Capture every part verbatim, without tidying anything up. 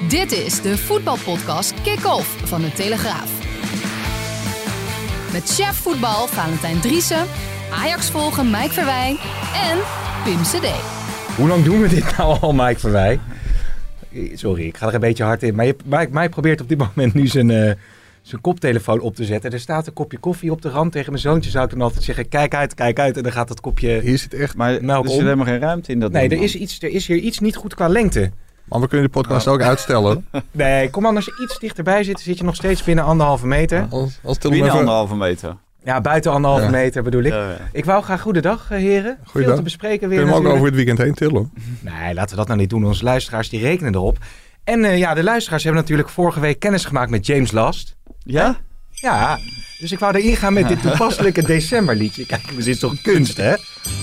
Dit is de voetbalpodcast Kick-Off van de Telegraaf. Met chef voetbal Valentijn Driessen, Ajax volgen Mike Verwij en Pim Cedee. Hoe lang doen we dit nou al, Mike Verwij? Sorry, ik ga er een beetje hard in. Maar je, Mike, Mike probeert op dit moment nu zijn, uh, zijn koptelefoon op te zetten. Er staat een kopje koffie op de rand. Tegen mijn zoontje zou ik dan altijd zeggen, kijk uit, kijk uit. En dan gaat dat kopje Hier zit echt maar melk er zit om. helemaal geen ruimte in dat Nee, ding, er is, iets, er is hier iets niet goed qua lengte. Maar we kunnen de podcast oh. ook uitstellen. Nee, kom aan, als je iets dichterbij zit, zit je nog steeds binnen anderhalve meter. Ja, als, als binnen even... anderhalve meter. Ja, buiten anderhalve ja. meter bedoel ik. Ja, ja. Ik wou graag goedendag, heren. Goeiedag. Veel te bespreken weer. Kunnen we ook over het weekend heen tillen? Nee, laten we dat nou niet doen. Onze luisteraars die rekenen erop. En uh, ja, de luisteraars hebben natuurlijk vorige week kennis gemaakt met James Last. Ja? Ja, dus ik wou erin gaan met dit toepasselijke decemberliedje. Kijk, dit is toch kunst, hè?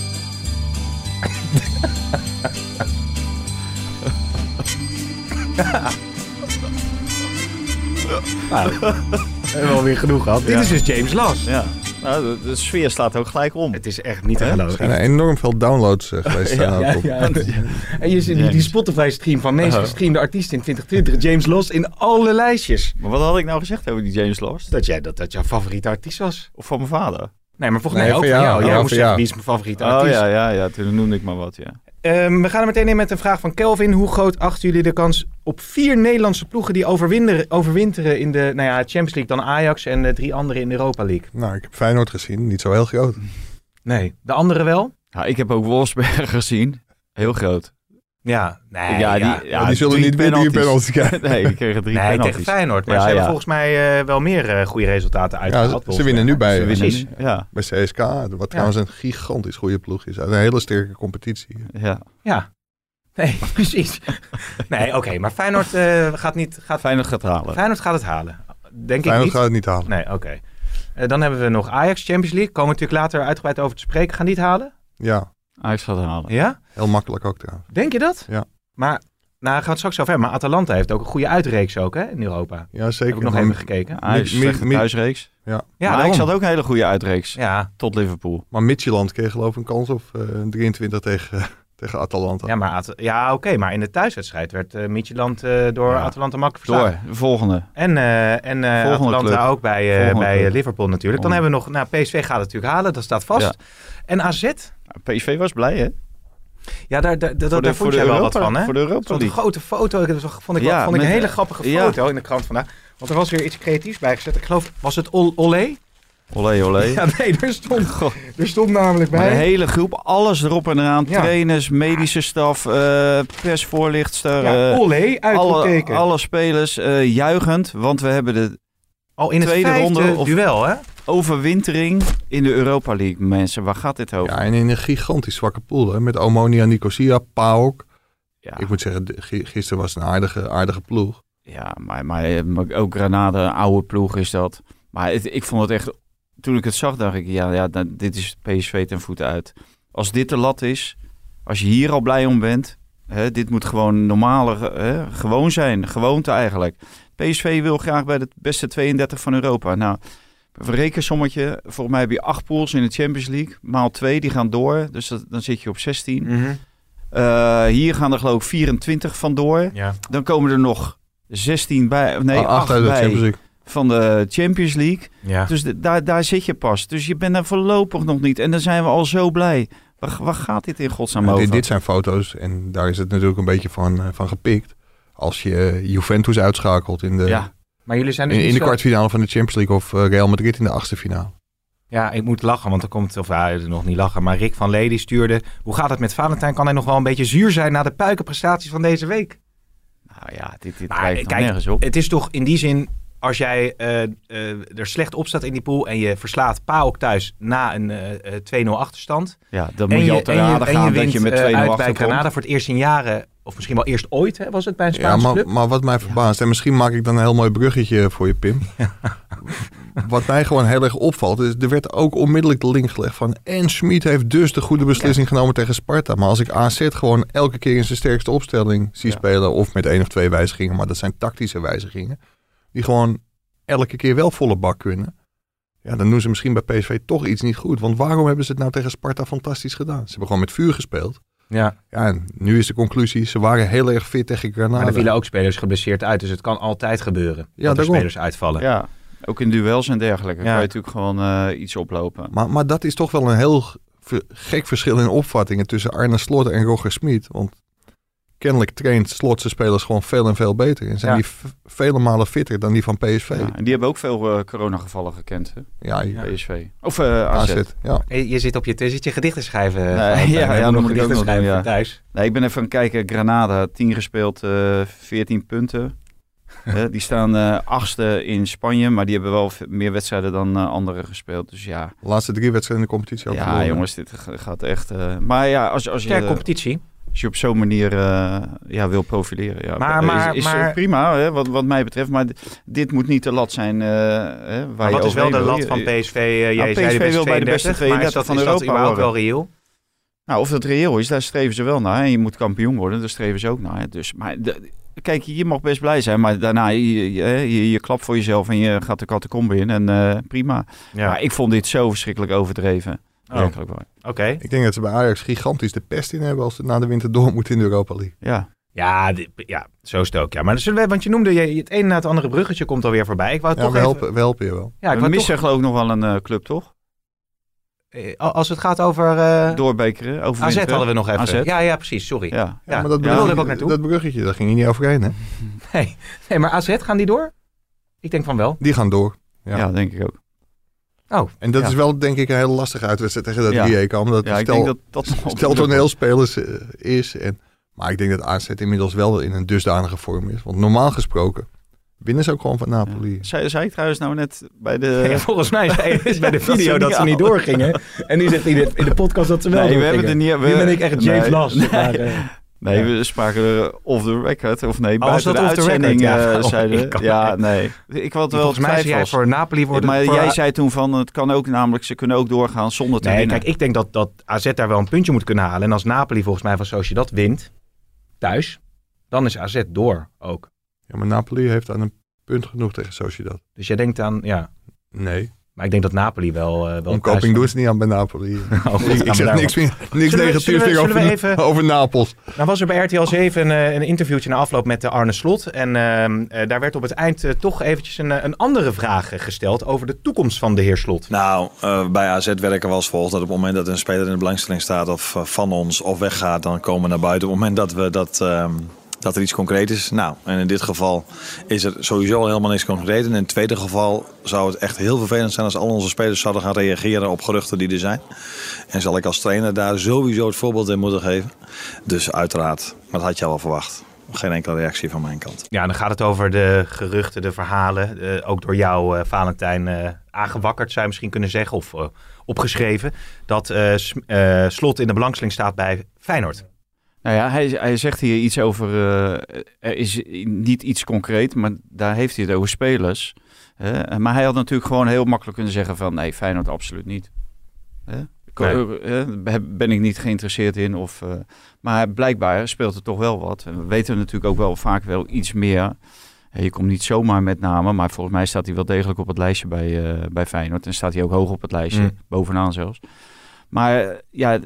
Nou, we hebben we alweer genoeg gehad. Ja. Dit is dus James Last. Ja. Nou, de, de sfeer slaat ook gelijk om. Het is echt niet te geloven. Er zijn enorm veel downloads uh, geweest. ja, ja, ja. En je ziet die, die Spotify-stream van meest gestreamde artiesten in twintig twintig. James Last in alle lijstjes. Maar wat had ik nou gezegd over die James Last? Dat jij dat, dat jouw favoriete artiest was. Of van mijn vader? Nee, maar volgens mij nee, ook van jou. jou. Jij ja, moest zeggen, jou. Wie is mijn favoriete artiest? Oh ja, ja, ja, toen noemde ik maar wat, ja. Um, we gaan er meteen in met een vraag van Kelvin. Hoe groot achten jullie de kans op vier Nederlandse ploegen die overwinteren, overwinteren in de nou ja, Champions League, dan Ajax en de drie andere in de Europa League? Nou, ik heb Feyenoord gezien. Niet zo heel groot. Nee. De andere wel? Ja, ik heb ook Wolfsberg gezien. Heel groot. Ja, nee. Ja, die, ja, ja, die zullen niet winnen die penalty krijgen. Nee, die kregen drie nee, penalties. tegen Feyenoord. Maar ja, ze ja. hebben volgens mij uh, wel meer uh, goede resultaten uitgehaald. Ja, ze, ze winnen nu bij, ze winnen, ja. bij C S K. Wat ja. trouwens een gigantisch goede ploeg is. Een hele sterke competitie. Ja. Ja. Nee, precies. Nee, oké. Okay, maar Feyenoord uh, gaat niet... Gaat, Feyenoord gaat halen. Feyenoord gaat het halen. Denk Feyenoord ik niet. gaat het niet halen. Nee, oké. Okay. Uh, dan hebben we nog Ajax Champions League. Komen we natuurlijk later uitgebreid over te spreken. Gaan die het halen? Ja. Ajax gaat het halen. Ja? Heel makkelijk ook trouwens. Denk je dat? Ja. Maar... Nou, gaan we het straks over hebben. Maar Atalanta heeft ook een goede uitreeks ook, hè, in Europa. Ja, zeker. Heb ik nog even gekeken. Ajax slechte mi- mi- thuisreeks. Ja. Ja, maar Ajax had ook een hele goede uitreeks. Ja. Tot Liverpool. Maar Midtjylland kreeg geloof ik een kans op uh, drieëntwintig tegen, uh, tegen Atalanta. Ja, maar At- ja oké. Okay, maar in de thuiswedstrijd werd uh, Midtjylland uh, door ja. Atalanta makkelijk verslagen. Door, de volgende. En, uh, en uh, Atalanta club. ook bij, uh, bij Liverpool natuurlijk. Dan hebben we nog... Nou, P S V gaat het natuurlijk halen. Dat staat vast. Ja. En A Z? P S V was blij, hè? Ja, daar, daar, daar, daar vond jij wel wat van, hè? Voor de Europa Zo'n grote foto. Dat vond ik, ja, vond ik een hele grappige foto ja. in de krant vandaag. Want er was weer iets creatiefs bijgezet. Ik geloof, was het Ol- Olé? Olé, olé. Ja, nee, er stond, er stond namelijk bij. Maar de hele groep, alles erop en eraan. Ja. Trainers, medische staf, uh, persvoorlichtster. Ja, uh, Olé, uitroepteken. Alle, alle spelers uh, juichend, want we hebben de Al in het tweede vijfde ronde of duel, hè? Overwintering in de Europa League, mensen. Waar gaat dit over? Ja, en in een gigantisch zwakke pool, hè? Met Omonia, Nicosia, PAOK. Ja. Ik moet zeggen, gisteren was het een aardige, aardige ploeg. Ja, maar, maar, maar ook Granada, een oude ploeg is dat. Maar het, ik vond het echt... Toen ik het zag, dacht ik, ja, ja, dit is P S V ten voeten uit. Als dit de lat is, als je hier al blij om bent... Hè, dit moet gewoon normale, hè, gewoon zijn. Gewoonte eigenlijk. P S V wil graag bij de beste tweeëndertig van Europa. Nou, een rekensommetje. Volgens mij heb je acht pools in de Champions League. Maal twee, die gaan door. Dus dat, dan zit je op zestien. Mm-hmm. Uh, hier gaan er geloof ik vierentwintig van door. Ja. Dan komen er nog zestien bij. Nee, ah, acht uit de bij Champions League. Van de Champions League. Ja. Dus de, daar, daar zit je pas. Dus je bent er voorlopig nog niet. En dan zijn we al zo blij. Waar, waar gaat dit in godsnaam ja, over? Dit, dit zijn foto's en daar is het natuurlijk een beetje van, uh, van gepikt. Als je Juventus uitschakelt in de, ja. maar jullie zijn dus in, in de zo... kwartfinale van de Champions League of uh, Real Madrid in de achtste finale. Ja, ik moet lachen, want er komt, of ja, nog niet lachen, maar Rick van Lely stuurde... Hoe gaat het met Valentijn? Kan hij nog wel een beetje zuur zijn na de puikenprestaties van deze week? Nou ja, dit, dit maar, blijft nog kijk, nergens op. Het is toch in die zin, als jij uh, uh, er slecht op staat in die pool... en je verslaat PAOK thuis na een uh, twee nul achterstand... Ja, dan moet je, je al te raden gaan je dat je met uh, twee nul uit bij achterkomt. Granada voor het eerst in jaren... Of misschien wel eerst ooit, hè, was het bij een Spaanse ja, maar, club? maar wat mij verbaast, ja. en misschien maak ik dan een heel mooi bruggetje voor je, Pim. Ja. Wat mij gewoon heel erg opvalt, is er werd ook onmiddellijk de link gelegd van... en Schmid heeft dus de goede beslissing ja. genomen tegen Sparta. Maar als ik A Z gewoon elke keer in zijn sterkste opstelling zie ja. spelen... of met één of twee wijzigingen, maar dat zijn tactische wijzigingen... die gewoon elke keer wel volle bak kunnen... ja, dan doen ze misschien bij P S V toch iets niet goed. Want waarom hebben ze het nou tegen Sparta fantastisch gedaan? Ze hebben gewoon met vuur gespeeld... Ja. Ja, en nu is de conclusie, ze waren heel erg fit tegen Granada. Maar er vielen ook spelers geblesseerd uit, dus het kan altijd gebeuren. Ja, dat er daarom. spelers uitvallen. Ja, ook in duels en dergelijke Ja. kan je natuurlijk gewoon uh, iets oplopen. Maar, maar dat is toch wel een heel v- gek verschil in opvattingen tussen Arne Slot en Roger Smit. Want kennelijk traint Slot zijn spelers gewoon veel en veel beter. En zijn Ja. die v- vele malen fitter dan die van P S V. Ja, Ja, en die hebben ook veel uh, coronagevallen gekend, hè? ja. P S V. Of uh, A Z. A Z. Ja. Hey, je zit op je, zit je gedichten schrijven. Nee, Valentijn. ja, We hebben ja, nog dat moet ik ook gedichten nog schrijven doen, voor ja. thuis. Nee, ik ben even aan het kijken. Granada, tien gespeeld, uh, veertien punten. uh, die staan uh, achtste in Spanje, maar die hebben wel v- meer wedstrijden dan uh, anderen gespeeld. Dus ja, De laatste drie wedstrijden in de competitie al ja verloren. jongens, dit g- gaat echt... Uh, maar ja, als, als, Sterke je, competitie. als je op zo'n manier uh, ja, wil profileren, ja, Maar- is, maar- is uh, maar- prima hè, wat, wat mij betreft. Maar d- dit moet niet de lat zijn uh, hè, waar Maar je wat is wel de overheen lat wil. van Je- P S V? Uh, jij Nou, zei P S V de beste wil bij de beste tweeëndertig, maar is dat, tweeëndertig van is dat Europa überhaupt wel horen. reëel? Nou, of dat reëel is, daar streven ze wel naar. En je moet kampioen worden, daar streven ze ook naar. Dus, maar de, kijk, je mag best blij zijn, maar daarna je, je, je, je klapt voor jezelf en je gaat de catacombe in. En uh, prima. Ja. Maar ik vond dit zo verschrikkelijk overdreven. Oh. Werkelijk waar. Oké. Ik denk dat ze bij Ajax gigantisch de pest in hebben als ze na de winter door moeten in de Europa League. Ja. Ja, di- ja, zo is het ook. Ja. Maar zullen we, want je noemde je, het een na het andere bruggetje komt alweer voorbij. Ik wou Ja, toch we even... helpen, we helpen je wel. Ja, ik We wou missen toch, geloof ik nog wel een uh, club, toch? eh, als het gaat over uh, Doorbekeren, A Z overwinteren. hadden we nog even. A Z. Ja, ja, precies. Sorry. Ja. Ja, Ja, maar dat daar wilde ik bruggetje, ook naartoe. dat bruggetje, daar ging je niet overheen, hè? Nee. nee, maar A Z, gaan die door? Ik denk van wel. Die gaan door. Ja. Ja. denk ik ook. Oh, En dat ja. is wel, denk ik, een hele lastige uitwedstrijd tegen dat Ja. Rijeka. Kamp. Dat Ja, ik stel, denk dat dat... stel toneelspelers uh, is. En, maar ik denk dat A Z inmiddels wel in een dusdanige vorm is. Want normaal gesproken winnen ze ook gewoon van Napoli. Ja. Zei, zei ik trouwens nou net bij de... Ja, volgens mij zei hij bij de Dat video ze dat niet ze niet halen. doorgingen. En nu zegt hij in de, in de podcast dat ze wel Nee, we doorgingen. hebben er niet... We, Nu ben ik echt James nee, Last. Nee, Maar, uh, nee ja. we spraken er off the record. Of nee, Oh, was buiten dat de off the uitzending record? Ja. uh, Oh, zeiden ik we. kan- Ja, nee. Ik had wel volgens mij zei jij twijfels. voor Napoli worden... maar voor jij A- zei toen van, het kan ook namelijk, ze kunnen ook doorgaan zonder te Nee, winnen. kijk, ik denk dat, dat A Z daar wel een puntje moet kunnen halen. En als Napoli volgens mij van Sociedad wint, thuis, dan is A Z door ook. Ja, maar Napoli heeft aan een punt genoeg tegen Sociedad. Dus jij denkt aan, ja... Nee. Maar ik denk dat Napoli wel... Uh, wel Omkoping thuis- doen ze niet aan bij Napoli. Oh, goed, ik gaan ik we zeg daar niks, meer, niks we- negatiefs zullen we- meer zullen we over, even- over Napels. Nou was er bij R T L zeven een, uh, een interviewtje na afloop met uh, Arne Slot. En uh, uh, daar werd op het eind uh, toch eventjes een, uh, een andere vraag uh, gesteld over de toekomst van de heer Slot. Nou, uh, bij A Z werken we als volgt. Dat op het moment dat een speler in de belangstelling staat of uh, van ons of weggaat, dan komen we naar buiten. Op het moment dat, we dat, uh, dat er iets concreet is. Nou, en in dit geval is er sowieso helemaal niks concreet. En in het tweede geval zou het echt heel vervelend zijn als al onze spelers zouden gaan reageren op geruchten die er zijn. En zal ik als trainer daar sowieso het voorbeeld in moeten geven. Dus uiteraard, maar dat had je al wel verwacht. Geen enkele reactie van mijn kant. Ja, dan gaat het over de geruchten, de verhalen. Uh, ook door jou, uh, Valentijn, uh, aangewakkerd zou je misschien kunnen zeggen. Of uh, opgeschreven. Dat uh, s- uh, Slot in de belangstelling staat bij Feyenoord. Nou ja, hij, hij zegt hier iets over, uh, er is niet iets concreet, maar daar heeft hij het over spelers. Hè? Maar hij had natuurlijk gewoon heel makkelijk kunnen zeggen van, nee, Feyenoord absoluut niet. Hè? Nee. Uh, ben ik niet geïnteresseerd in. Of, uh, maar blijkbaar speelt er toch wel wat. En we weten natuurlijk ook wel vaak wel iets meer. Je komt niet zomaar met namen, maar volgens mij staat hij wel degelijk op het lijstje bij, uh, bij Feyenoord. En staat hij ook hoog op het lijstje, Mm. bovenaan zelfs. Maar uh, ja...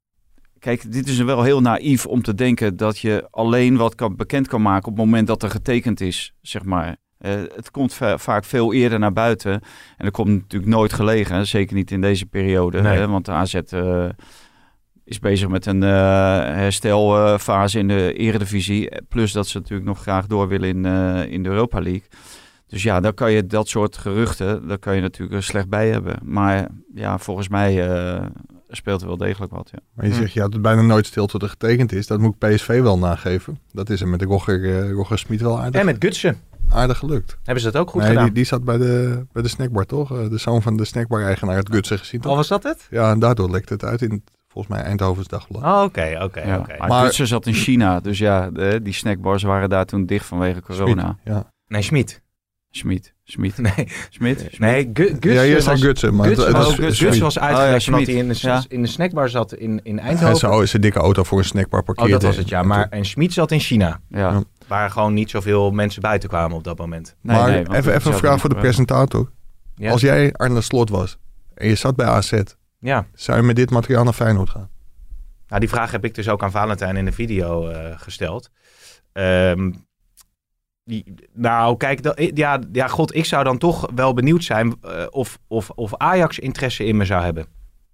Kijk, dit is wel heel naïef om te denken dat je alleen wat kan, bekend kan maken op het moment dat er getekend is, zeg maar. Uh, het komt va- vaak veel eerder naar buiten. En dat komt natuurlijk nooit gelegen, zeker niet in deze periode. Nee. Hè, want de A Z uh, is bezig met een uh, herstelfase uh, in de Eredivisie. Plus dat ze natuurlijk nog graag door willen in, uh, in de Europa League. Dus ja, dan kan je dat soort geruchten, daar kan je natuurlijk er slecht bij hebben. Maar ja, volgens mij uh, speelt er wel degelijk wat, ja. Maar je zegt, ja, het bijna nooit stil tot er getekend is. Dat moet P S V wel nageven. Dat is er met de Roger, uh, Roger Smit wel aardig, En met Gutsen aardig gelukt. hebben ze dat ook goed Nee, gedaan. die, die zat bij de, bij de snackbar, toch? Uh, de zoon van de snackbar-eigenaar had Gutsen gezien, toch? Oh, was dat het? Ja, en daardoor lekte het uit in, volgens mij, Eindhovens Dagblad. Oh, oké, oké, Ja, oké. maar Maar- Gutsen zat in China, dus ja, de, die snackbars waren daar toen dicht vanwege corona. Smit, ja. Nee, Schmid. Schmid, Schmid, Nee, Schmid. nee Gu- Gutsen ja, eerst was... zei Gutsen, maar Gutsen het, het was, was Gutsen Smit. was Oh, ja, uitgelegd omdat Schmid. hij in de, Ja. in de snackbar zat in, in Hij Eindhoven. zou zijn dikke auto voor een snackbar parkeerde. Oh, dat was het, ja. Maar, en Schmid zat in China, Ja. Ja. waar gewoon niet zoveel mensen buiten kwamen op dat moment. Nee, maar nee, want even, dat even een zou vraag niet voor de gebeuren. presentator. Ja. Als jij Arne Slot was en je zat bij A Z, Ja, zou je met dit materiaal naar Feyenoord gaan? Nou, die vraag heb ik dus ook aan Valentijn in de video uh, gesteld. Um, die, nou, kijk, dat, ja, ja, god, ik zou dan toch wel benieuwd zijn uh, of, of, of Ajax interesse in me zou hebben.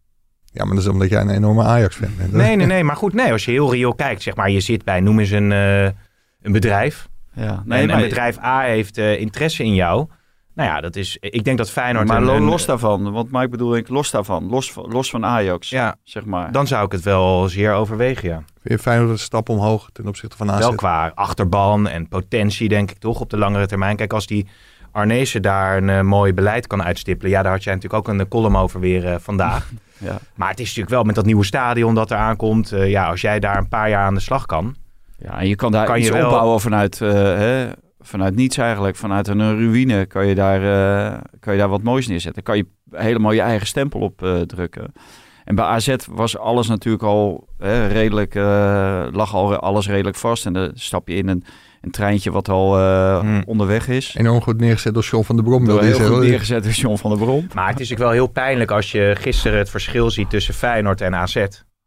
Ja, maar dat is omdat jij een enorme Ajax-fan bent. Nee, nee, nee, maar goed, nee, als je heel reëel kijkt, zeg maar, je zit bij, noem eens een, uh, een bedrijf. Ja, nee, en maar... een bedrijf A heeft uh, interesse in jou. Nou ja, dat is, ik denk dat Feyenoord... Maar een, een, los daarvan, want Mike bedoel ik los daarvan, los van, los van Ajax, ja, zeg maar. Dan zou ik het wel zeer overwegen, ja. Vind je Feyenoord een stap omhoog ten opzichte van A Z? Wel qua achterban en potentie, denk ik toch, op de langere termijn. Kijk, als die Arnezen daar een uh, mooi beleid kan uitstippelen, ja, daar had jij natuurlijk ook een column over weer uh, vandaag. Ja. Maar het is natuurlijk wel met dat nieuwe stadion dat er aankomt, uh, ja, als jij daar een paar jaar aan de slag kan. Ja, en je kan daar kan iets je wel... opbouwen vanuit... Uh, hè? Vanuit niets eigenlijk, vanuit een ruïne kan je daar, uh, kan je daar wat moois neerzetten. Kan je helemaal je eigen stempel op uh, drukken. En bij A Z was alles natuurlijk al hè, redelijk, uh, lag al alles redelijk vast. En dan stap je in een, een treintje wat al uh, hmm. onderweg is. Enorm goed neergezet door John van der Brom. Door heel zeggen, goed neergezet door John van der Brom. Maar het is natuurlijk wel heel pijnlijk als je gisteren het verschil ziet tussen Feyenoord en A Z.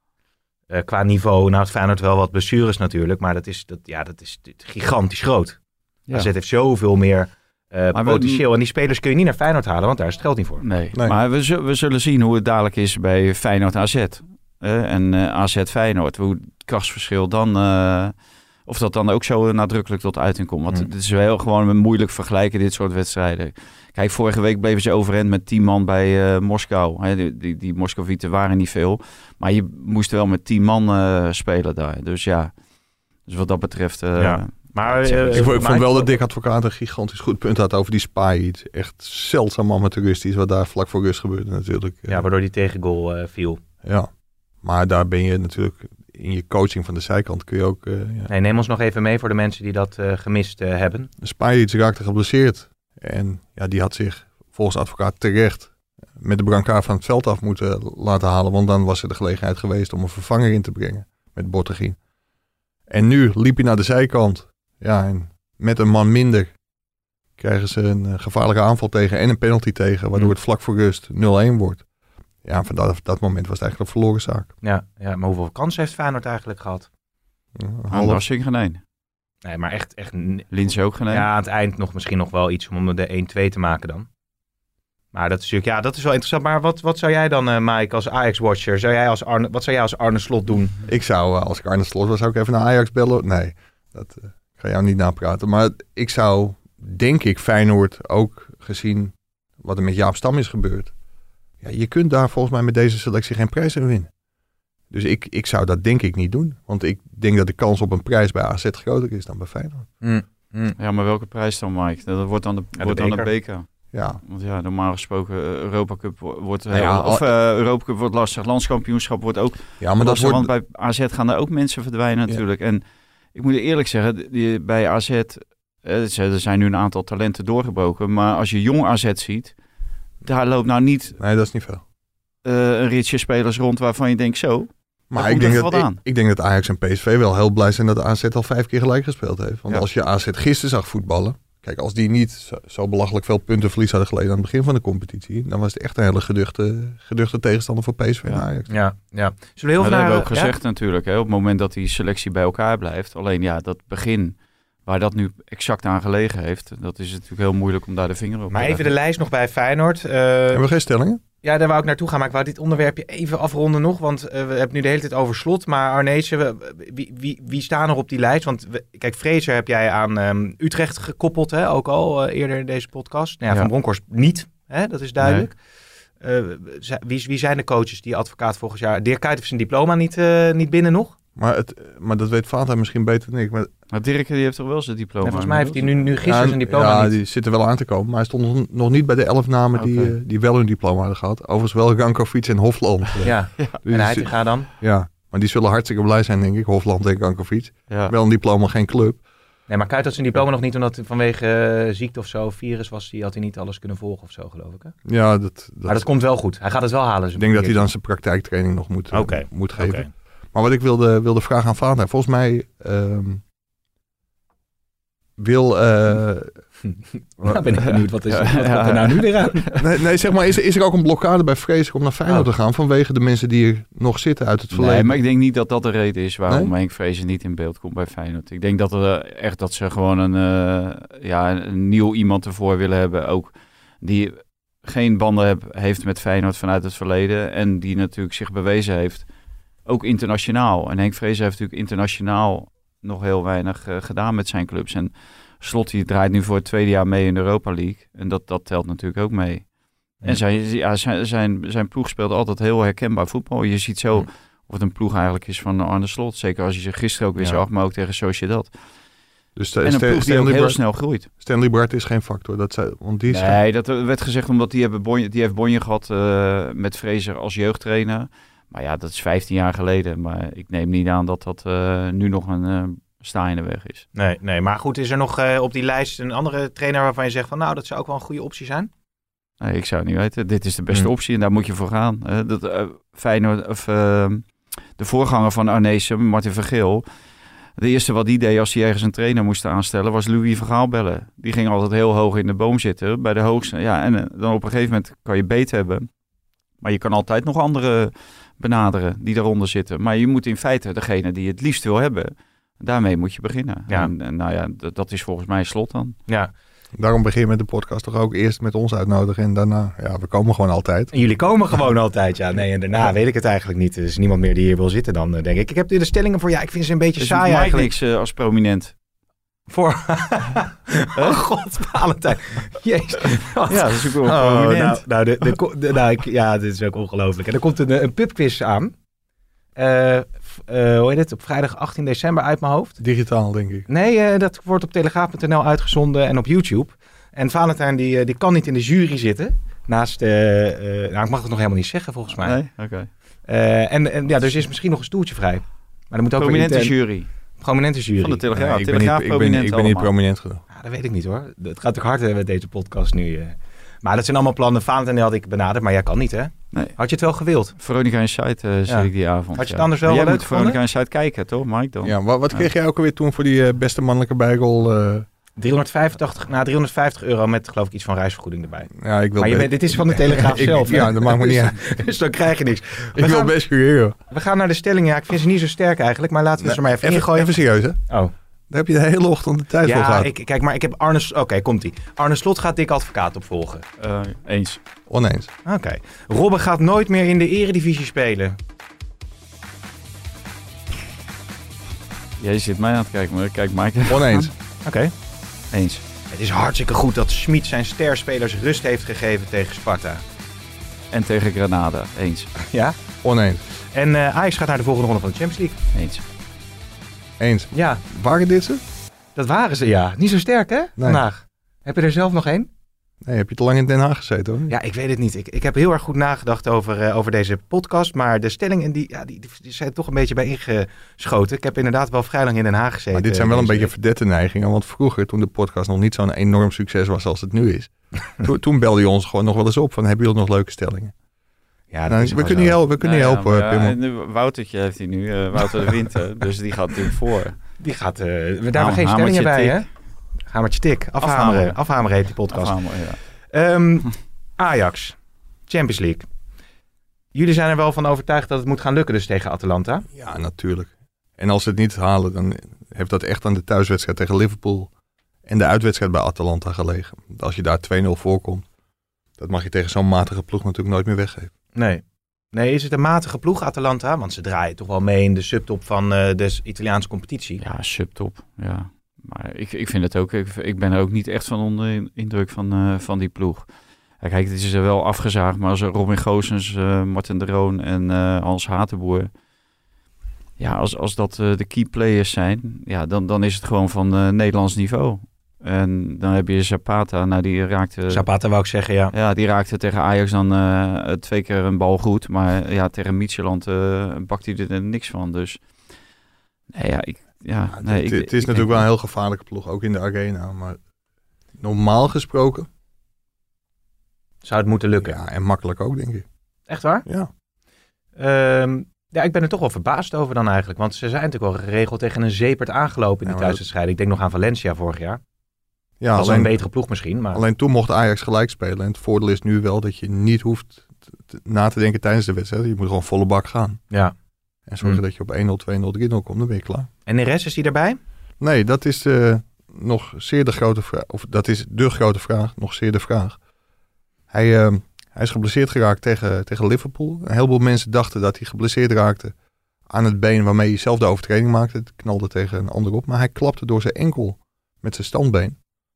Uh, qua niveau, nou het Feyenoord wel wat blessures natuurlijk, maar dat is, dat, ja, dat is gigantisch groot. Ja. A Z heeft zoveel meer uh, potentieel. We, en die spelers kun je niet naar Feyenoord halen, want daar is het geld niet voor. Nee, nee. Maar we, z- we zullen zien hoe het dadelijk is bij Feyenoord A Z. Uh, en uh, A Z Feyenoord. Hoe het krachtsverschil dan... Uh, of dat dan ook zo nadrukkelijk tot uiting komt. Want mm. het is wel gewoon moeilijk vergelijken, dit soort wedstrijden. Kijk, vorige week bleven ze overeind met tien man bij uh, Moskou. Hè, die, die, die Moscovieten waren niet veel. Maar je moest wel met tien man uh, spelen daar. Dus ja, dus wat dat betreft... Uh, ja. Maar, uh, ik vond, ik vond wel dat Dick Advocaat een gigantisch goed punt had over die Spahit. Echt zeldzaam amateuristisch wat daar vlak voor rust gebeurde natuurlijk. Ja, waardoor die tegengoal uh, viel. Ja, maar daar ben je natuurlijk in je coaching van de zijkant kun je ook... Uh, ja. Nee, neem ons nog even mee voor de mensen die dat uh, gemist uh, hebben. Spahit raakte geblesseerd en ja, die had zich volgens Advocaat terecht met de brancard van het veld af moeten laten halen. Want dan was er de gelegenheid geweest om een vervanger in te brengen met Bottegien. En nu liep hij naar de zijkant. Ja, en met een man minder krijgen ze een uh, gevaarlijke aanval tegen en een penalty tegen, waardoor het vlak voor rust nul-een wordt. Ja, van dat, dat moment was het eigenlijk een verloren zaak. Ja, ja, maar hoeveel kansen heeft Feyenoord eigenlijk gehad? Ja, Aandassing geen. Nee, maar echt... echt Linse ook geen. Ja, aan het eind nog misschien nog wel iets om de een-twee te maken dan. Maar dat is natuurlijk, ja, dat is wel interessant. Maar wat, wat zou jij dan, uh, Mike, als Ajax-watcher, zou jij als Arne, wat zou jij als Arne Slot doen? Ik zou, uh, als ik Arne Slot was, zou ik even naar Ajax bellen. Nee, dat... Uh... Ik ga jou niet napraten, maar ik zou, denk ik, Feyenoord ook gezien wat er met Jaap Stam is gebeurd. Ja, je kunt daar volgens mij met deze selectie geen prijs in winnen. Dus ik, ik zou dat denk ik niet doen. Want ik denk dat de kans op een prijs bij A Z groter is dan bij Feyenoord. Mm, mm. Ja, maar welke prijs dan, Mike? Dat wordt dan de, ja, wordt de dan de beker. Ja. Want ja, normaal gesproken Europa Cup wordt heel, ja, of uh, Europa Cup wordt lastig. Landskampioenschap wordt ook ja, maar lastig, dat wordt... want bij A Z gaan er ook mensen verdwijnen natuurlijk. Ja. En ik moet eerlijk zeggen, die, bij A Z, eh, er zijn nu een aantal talenten doorgebroken. Maar als je jong A Z ziet, daar loopt nou niet, nee, dat is niet veel. Uh, een ritje spelers rond waarvan je denkt zo. Maar ik denk, dat, ik, ik denk dat Ajax en P S V wel heel blij zijn dat A Z al vijf keer gelijk gespeeld heeft. Want ja. als je A Z gisteren zag voetballen, kijk, als die niet zo, zo belachelijk veel punten verlies hadden geleden aan het begin van de competitie, dan was het echt een hele geduchte, geduchte tegenstander voor P S V en ja. Ajax. Ja, ja. Zullen we heel veel naar... hebben we ook ja? gezegd natuurlijk, hè, op het moment dat die selectie bij elkaar blijft. Alleen ja, dat begin waar dat nu exact aan gelegen heeft, dat is natuurlijk heel moeilijk om daar de vinger op te Maar leggen. even de lijst nog bij Feyenoord. Uh, Hebben we geen stellingen? Ja, daar wou ik naartoe gaan, maar ik wou dit onderwerpje even afronden nog. Want uh, we hebben nu de hele tijd over Slot. Maar Arnezen, wie, wie, wie staan er op die lijst? Want we, kijk, Fraser heb jij aan um, Utrecht gekoppeld, hè? Ook al uh, eerder in deze podcast. Nou ja, ja. Van Bronckhorst niet, hè? Dat is duidelijk. Nee. Uh, wie, wie zijn de coaches die Advocaat volgend jaar... Dirk Kuyt heeft zijn diploma niet, uh, niet binnen nog? Maar, het, maar dat weet Vater misschien beter dan ik. Maar, maar Dirk die heeft toch wel zijn diploma? En volgens mij heeft hij nu, nu gisteren ja, zijn diploma ja, niet. die zit er wel aan te komen. Maar hij stond nog, nog niet bij de elf namen okay. die, uh, die wel hun diploma hadden gehad. Overigens wel Rankovic en Hofland. Ja, ja. Dus en hij gaat dan? Ja, maar die zullen hartstikke blij zijn, denk ik. Hofland en Rankovic. Ja. Wel een diploma, geen club. Nee, maar Kuyt had zijn diploma nog niet, omdat vanwege uh, ziekte of zo, virus was, die had hij niet alles kunnen volgen of zo, geloof ik. Hè? Ja, dat, dat... Maar dat komt wel goed. Hij gaat het wel halen. Ik denk dat hij dan zijn praktijktraining nog moet, uh, okay. moet geven. Okay. Maar wat ik wilde, wilde vragen aan Vader, volgens mij um, wil... Uh, nou ben ik benieuwd, wat is Ja, wat komt ja. er nou nu weer aan? nee, nee, zeg maar, is, is er ook een blokkade bij Fraser om naar Feyenoord Oh. te gaan... vanwege de mensen die er nog zitten uit het verleden? Nee, maar ik denk niet dat dat de reden is waarom Nee? Henk Vrezen niet in beeld komt bij Feyenoord. Ik denk dat er eh, echt dat ze gewoon een, uh, ja, een nieuw iemand ervoor willen hebben. Ook die geen banden heb, heeft met Feyenoord vanuit het verleden. En die natuurlijk zich bewezen heeft, ook internationaal. En Henk Vrezen heeft natuurlijk internationaal nog heel weinig uh, gedaan met zijn clubs. En Slot die draait nu voor het tweede jaar mee in de Europa League. En dat, dat telt natuurlijk ook mee. Ja. En zijn, ja, zijn, zijn, zijn ploeg speelt altijd heel herkenbaar voetbal. Je ziet zo Ja. of het een ploeg eigenlijk is van Arne Slot. Zeker als je ze gisteren ook weer Ja. zag, maar ook tegen Sociedad. Dus En een Sta- ploeg die ook Stanley, heel Bart, snel groeit. Stanley Bart is geen factor. Dat zei, want die is Nee, dat werd gezegd omdat die, hebben Bonje, die heeft Bonje gehad uh, met Fraser als jeugdtrainer. Maar ja, dat is vijftien jaar geleden. Maar ik neem niet aan dat dat uh, nu nog een uh, sta in de weg is. Nee, nee, maar goed, is er nog uh, op die lijst een andere trainer waarvan je zegt van nou, dat zou ook wel een goede optie zijn? Nee, ik zou het niet weten. Dit is de beste Hmm. optie en daar moet je voor gaan. Uh, dat, uh, Feyenoord, of, uh, de voorganger van Arnezen, Martin Vergeel. De eerste wat die deed als hij ergens een trainer moest aanstellen, was Louis van Gaal bellen. Die ging altijd heel hoog in de boom zitten, bij de hoogste. Ja, en uh, dan op een gegeven moment kan je beet hebben. Maar je kan altijd nog andere benaderen die daaronder zitten. Maar je moet in feite degene die je het liefst wil hebben, daarmee moet je beginnen. Ja. En, en nou ja, d- dat is volgens mij Slot dan. Ja, Daarom begin je met de podcast toch ook eerst met ons uitnodigen. En daarna, ja, we komen gewoon altijd. en jullie komen gewoon altijd, ja. Nee, en daarna weet ik het eigenlijk niet. Er is niemand meer die hier wil zitten dan, uh, denk ik. Ik heb de stellingen voor, ja, ik vind ze een beetje Dus saai Mike eigenlijk. niks uh, als prominent. Voor... oh god, Valentijn. Jezus. Wat? Ja, dat is ook wel Oh, prominent. nou, nou, de, de, de, nou ik, ja, dit is ook ongelooflijk. En er komt een, een pubquiz aan. Uh, f- uh, hoe heet het? Op vrijdag achttien december uit mijn hoofd. Digitaal, denk ik. Nee, uh, dat wordt op telegraaf punt n l uitgezonden en op YouTube. En Valentijn die, uh, die kan niet in de jury zitten. Naast, uh, uh, nou ik mag het nog helemaal niet zeggen volgens mij. Nee? Oké. Okay. Uh, en, en ja, dus is misschien nog een stoeltje vrij. Maar dan moet ook Prominente weer intern- jury. Prominente jury. Van de Telegraaf. Nee, ik ben niet, Telegraaf ik ben, prominent ik ben niet allemaal. prominent genoeg. Ja, dat weet ik niet hoor. Het gaat ook hard uh, met deze podcast nu. Uh. Maar dat zijn allemaal plannen. Valentijn die had ik benaderd, maar jij kan niet hè? Nee. Had je het wel gewild? Veronica Inside uh, zie Ja. ik die avond. Had je het ja. anders wel Maar wel jij leuk moet Veronica Inside kijken, toch Mike dan? Ja, wat, wat kreeg jij ook alweer toen voor die uh, beste mannelijke bijgol? Uh, driehonderdvijftig, nou, driehonderdvijftig euro met geloof ik iets van reisvergoeding erbij. ja, ik wil Maar je be- bent, dit is van de Telegraaf ik- zelf. hè? Ja, dat maakt me niet uit. Dus dan krijg je niks. Ik We wil gaan, best cureren. we gaan naar de stellingen. Ja, ik vind ze niet zo sterk eigenlijk, maar laten we ze er maar even, even, ingooien. even serieus, hè? Oh. Daar heb je de hele ochtend de tijd voor Ja, gehad. ik, kijk, maar ik heb Arne... Oké, okay, komt-ie. Arne Slot gaat Dick Advocaat opvolgen. Uh, eens. Oneens. Oké. Okay. Robben gaat nooit meer in de eredivisie spelen. Jij zit mij aan het kijken, maar kijk Mike. Oneens. Oké. Okay. Eens. Het is hartstikke goed dat Schmid zijn sterspelers rust heeft gegeven tegen Sparta. En tegen Granada. Eens. Ja. Oneens. En uh, Ajax gaat naar de volgende ronde van de Champions League. Eens. Eens. Ja, Waren dit ze? dat waren ze, ja. Niet zo sterk, hè? Vandaag. Heb je er zelf nog één? Nee, heb je te lang in Den Haag gezeten, hoor. Ja, ik weet het niet. Ik, ik heb heel erg goed nagedacht over, uh, over deze podcast. Maar de stellingen die, ja, die, die zijn toch een beetje bij ingeschoten. Ik heb inderdaad wel vrij lang in Den Haag gezeten. Maar dit zijn wel een deze beetje verdette neigingen. Want vroeger, toen de podcast nog niet zo'n enorm succes was als het nu is. to, toen belde je ons gewoon nog wel eens op van, hebben jullie nog leuke stellingen? Ja, dat Nou, is we wel kunnen zo. je helpen, we kunnen je Nou helpen, ja, maar ja, Pim. en, uh, Woutertje heeft hij nu, uh, Wouter de Winter. Dus die gaat natuurlijk voor. Die gaat... Uh, we hebben Nou, geen stellingen bij, hamertje hè? Hamertje tik. Afhameren. Afhameren. Afhameren heet die podcast. Afhameren, ja. Um, Ajax. Champions League. Jullie zijn er wel van overtuigd dat het moet gaan lukken dus tegen Atalanta. Ja, natuurlijk. En als ze het niet halen, dan heeft dat echt aan de thuiswedstrijd tegen Liverpool en de uitwedstrijd bij Atalanta gelegen. Als je daar twee nul voorkomt, dat mag je tegen zo'n matige ploeg natuurlijk nooit meer weggeven. Nee. Nee, is het een matige ploeg, Atalanta? Want ze draaien toch wel mee in de subtop van uh, de Italiaanse competitie. Ja, subtop. Ja. Maar ik, ik vind het ook, ik, ik ben er ook niet echt van onder indruk van, uh, van die ploeg. Ja, kijk, het is er wel afgezaagd, maar als Robin Goossens, uh, Martin de Roon en uh, Hans Hatenboer, ja, als, als dat uh, de key players zijn, ja, dan, dan is het gewoon van uh, Nederlands niveau. En dan heb je Zapata, nou die raakte... Zapata wou ik zeggen, ja. Ja, die raakte tegen Ajax dan uh, twee keer een bal goed, maar ja, tegen Midtjylland uh, bakt hij er niks van. Dus nee, ja, ik... Ja, Ja, nee, het, ik, het is ik natuurlijk denk, wel een heel gevaarlijke ploeg, ook in de arena. Maar normaal gesproken, Zou het moeten lukken. ja, en makkelijk ook, denk ik. Echt waar? Ja. Um, ja, ik ben er toch wel verbaasd over dan eigenlijk. Want ze zijn natuurlijk wel geregeld tegen een zeepert aangelopen in Ja, die maar thuiswedstrijden. Ik denk nog aan Valencia vorig jaar. Ja, dat is alleen, een betere ploeg misschien. Maar... alleen toen mocht Ajax gelijk spelen. En het voordeel is nu wel dat je niet hoeft te, na te denken tijdens de wedstrijd. Je moet gewoon volle bak gaan. Ja. En zorgen Hmm. dat je op één nul, twee nul, drie nul komt, dan ben je klaar. En Neres, is die erbij? Nee, dat is uh, nog zeer de grote vraag. Of dat is de grote vraag, nog zeer de vraag. Hij, uh, hij is geblesseerd geraakt tegen, tegen Liverpool. Een heleboel mensen dachten dat hij geblesseerd raakte aan het been waarmee hij zelf de overtreding maakte. Het knalde tegen een ander op. Maar hij klapte door zijn enkel met zijn standbeen.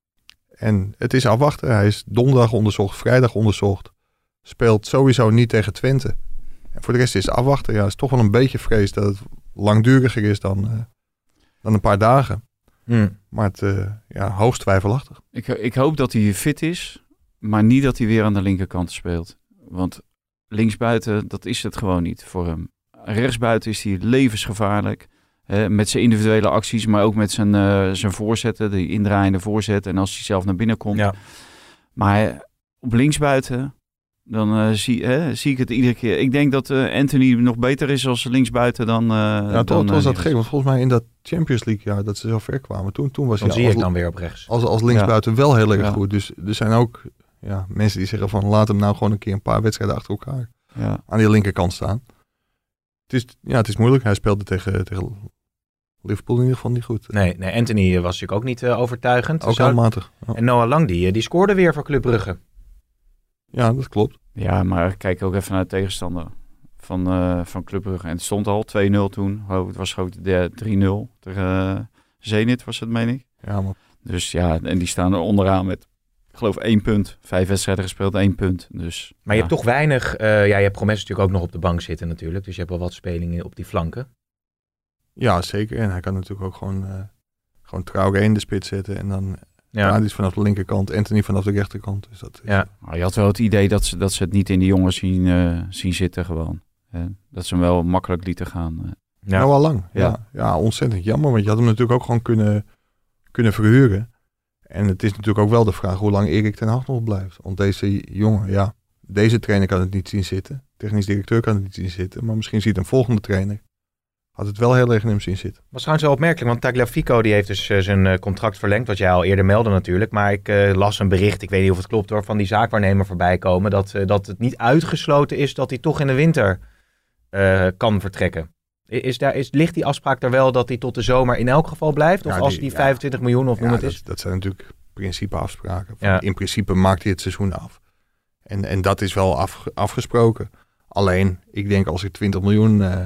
En het is afwachten. Hij is donderdag onderzocht, vrijdag onderzocht. Speelt sowieso niet tegen Twente. En voor de rest is het afwachten. Ja, het is toch wel een beetje vrees dat het langduriger is dan, uh, dan een paar dagen. Hmm. Maar het uh, ja, hoogst twijfelachtig. Ik, ik hoop dat hij fit is, maar niet dat hij weer aan de linkerkant speelt. Want linksbuiten, dat is het gewoon niet voor hem. Rechtsbuiten is hij levensgevaarlijk. Hè, met zijn individuele acties, maar ook met zijn, uh, zijn voorzetten, die indraaiende voorzetten. En als hij zelf naar binnen komt. Ja. Maar op linksbuiten, dan uh, zie, hè, zie ik het iedere keer. Ik denk dat uh, Anthony nog beter is als linksbuiten dan... Uh, ja, dan, toch was uh, dat gek. Want volgens mij in dat Champions League jaar dat ze zo ver kwamen. Toen, toen was Dan hij zie als, ik dan weer op rechts. als, als linksbuiten ja. wel heel erg ja. goed. Dus er zijn ook ja, mensen die zeggen van laat hem nou gewoon een keer een paar wedstrijden achter elkaar ja. aan die linkerkant staan. Het is, ja, het is moeilijk. Hij speelde tegen, tegen Liverpool in ieder geval niet goed. Nee, nee Anthony was natuurlijk ook niet uh, overtuigend. Ook Zou... heel matig. Ja. En Noah Lang, die, die scoorde weer voor Club Brugge. Ja, dat klopt. Ja, maar kijk ook even naar de tegenstander van, uh, van Club Brugge. En het stond al twee nul toen. Oh, het was ook de drie nul tegen uh, Zenit was het, meen ik. Ja, maar... Dus ja, en die staan er onderaan met, ik geloof, één punt. Vijf wedstrijden gespeeld, één punt. Dus, maar je ja. hebt toch weinig... Uh, ja, je hebt Promes natuurlijk ook nog op de bank zitten natuurlijk. Dus je hebt wel wat spelingen op die flanken. Ja, zeker. En hij kan natuurlijk ook gewoon, uh, gewoon Traoré in de spits zetten. En dan ja. Tadic vanaf de linkerkant, Anthony vanaf de rechterkant. Dus dat is... ja. Maar je had wel het idee dat ze, dat ze het niet in die jongens zien, uh, zien zitten gewoon. Hè? Dat ze hem wel makkelijk lieten gaan. Uh. Ja. Nou, al lang. Ja. Ja. ja, ontzettend jammer. Want je had hem natuurlijk ook gewoon kunnen, kunnen verhuren. En het is natuurlijk ook wel de vraag hoe lang Erik ten Hag nog blijft. Want deze jongen, ja, deze trainer kan het niet zien zitten. Technisch directeur kan het niet zien zitten. Maar misschien ziet een volgende trainer. Had het wel heel erg in hem zien zitten. Was trouwens wel opmerkelijk, want Tagliafico die heeft dus uh, zijn uh, contract verlengd, wat jij al eerder meldde natuurlijk. Maar ik uh, las een bericht, ik weet niet of het klopt hoor, van die zaakwaarnemer voorbij komen. Dat, uh, dat het niet uitgesloten is dat hij toch in de winter uh, kan vertrekken. Is daar, is, ligt die afspraak er wel dat hij tot de zomer in elk geval blijft? Of ja, die, als die vijfentwintig ja, miljoen of noem ja, het dat, is? Dat zijn natuurlijk principeafspraken. Ja. In principe maakt hij het seizoen af. En, en dat is wel af, afgesproken. Alleen, ik denk als er twintig miljoen uh,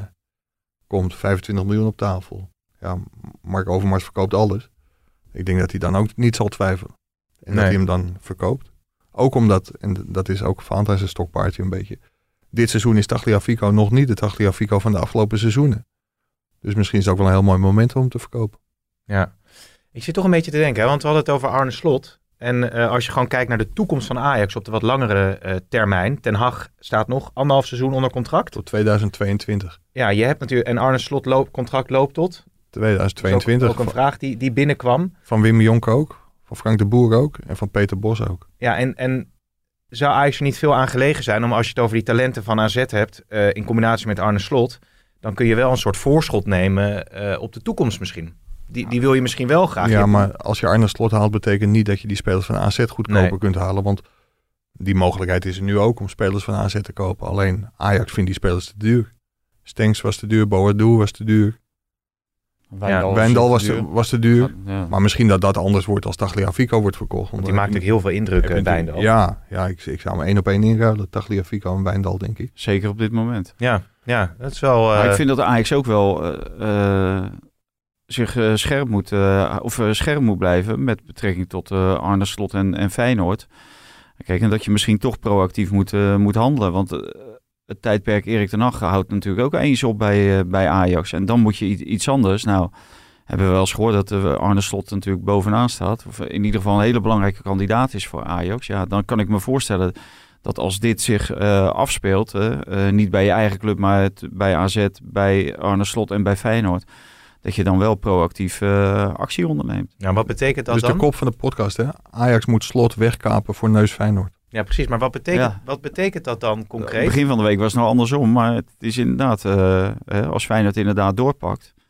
komt, vijfentwintig miljoen op tafel. Ja, Mark Overmars verkoopt alles. Ik denk dat hij dan ook niet zal twijfelen. En nee. dat hij hem dan verkoopt. Ook omdat, en dat is ook Fanta zijn stokpaardje een beetje. Dit seizoen is Tagliafico nog niet de Tagliafico van de afgelopen seizoenen. Dus misschien is het ook wel een heel mooi moment om te verkopen. Ja, ik zit toch een beetje te denken, hè? Want we hadden het over Arne Slot. En uh, als je gewoon kijkt naar de toekomst van Ajax op de wat langere uh, termijn. Ten Hag staat nog anderhalf seizoen onder contract. Tot tweeduizend tweeëntwintig. Ja, je hebt natuurlijk, en Arne Slot loop, contract loopt tot? tweeduizend tweeëntwintig. Ook, ook een vraag die, die binnenkwam. Van Wim Jonk ook, van Frank de Boer ook en van Peter Bos ook. Ja, en... en zou Ajax er niet veel aan gelegen zijn om als je het over die talenten van A Z hebt, uh, in combinatie met Arne Slot, dan kun je wel een soort voorschot nemen uh, op de toekomst misschien. Die, die wil je misschien wel graag. Ja, maar als je Arne Slot haalt, betekent niet dat je die spelers van A Z goedkoper nee. kunt halen. Want die mogelijkheid is er nu ook om spelers van A Z te kopen. Alleen Ajax vindt die spelers te duur. Stenks was te duur, Boadu was te duur. Wijndal, ja, Wijndal was, te, was te duur. Ja. Maar misschien dat dat anders wordt als Tagliafico wordt verkocht. Want die maakt natuurlijk heel veel indruk, uh, Wijndal. Ja, ja ik, ik zou hem één op één inruilen. Tagliafico en Wijndal, denk ik. Zeker op dit moment. Ja, ja dat is wel... Uh... Maar ik vind dat Ajax ook wel uh, uh, zich uh, scherp, moet, uh, of, uh, scherp moet blijven met betrekking tot uh, Arne Slot en, en Feyenoord. Kijk, en dat je misschien toch proactief moet, uh, moet handelen. Want... Uh, het tijdperk Erik ten Hag houdt natuurlijk ook eens op bij, uh, bij Ajax. En dan moet je iets anders. Nou, hebben we wel eens gehoord dat uh, Arne Slot natuurlijk bovenaan staat. Of in ieder geval een hele belangrijke kandidaat is voor Ajax. Ja, dan kan ik me voorstellen dat als dit zich uh, afspeelt, uh, uh, niet bij je eigen club, maar het, bij A Z, bij Arne Slot en bij Feyenoord, dat je dan wel proactief uh, actie onderneemt. Nou, wat betekent dat dus dan? Dus de kop van de podcast, hè? Ajax moet Slot wegkapen voor Neus Feyenoord. Ja, precies. Maar wat betekent, ja. wat betekent dat dan concreet? Begin van de week was het nou andersom, maar het is inderdaad, uh, als Feyenoord inderdaad doorpakt,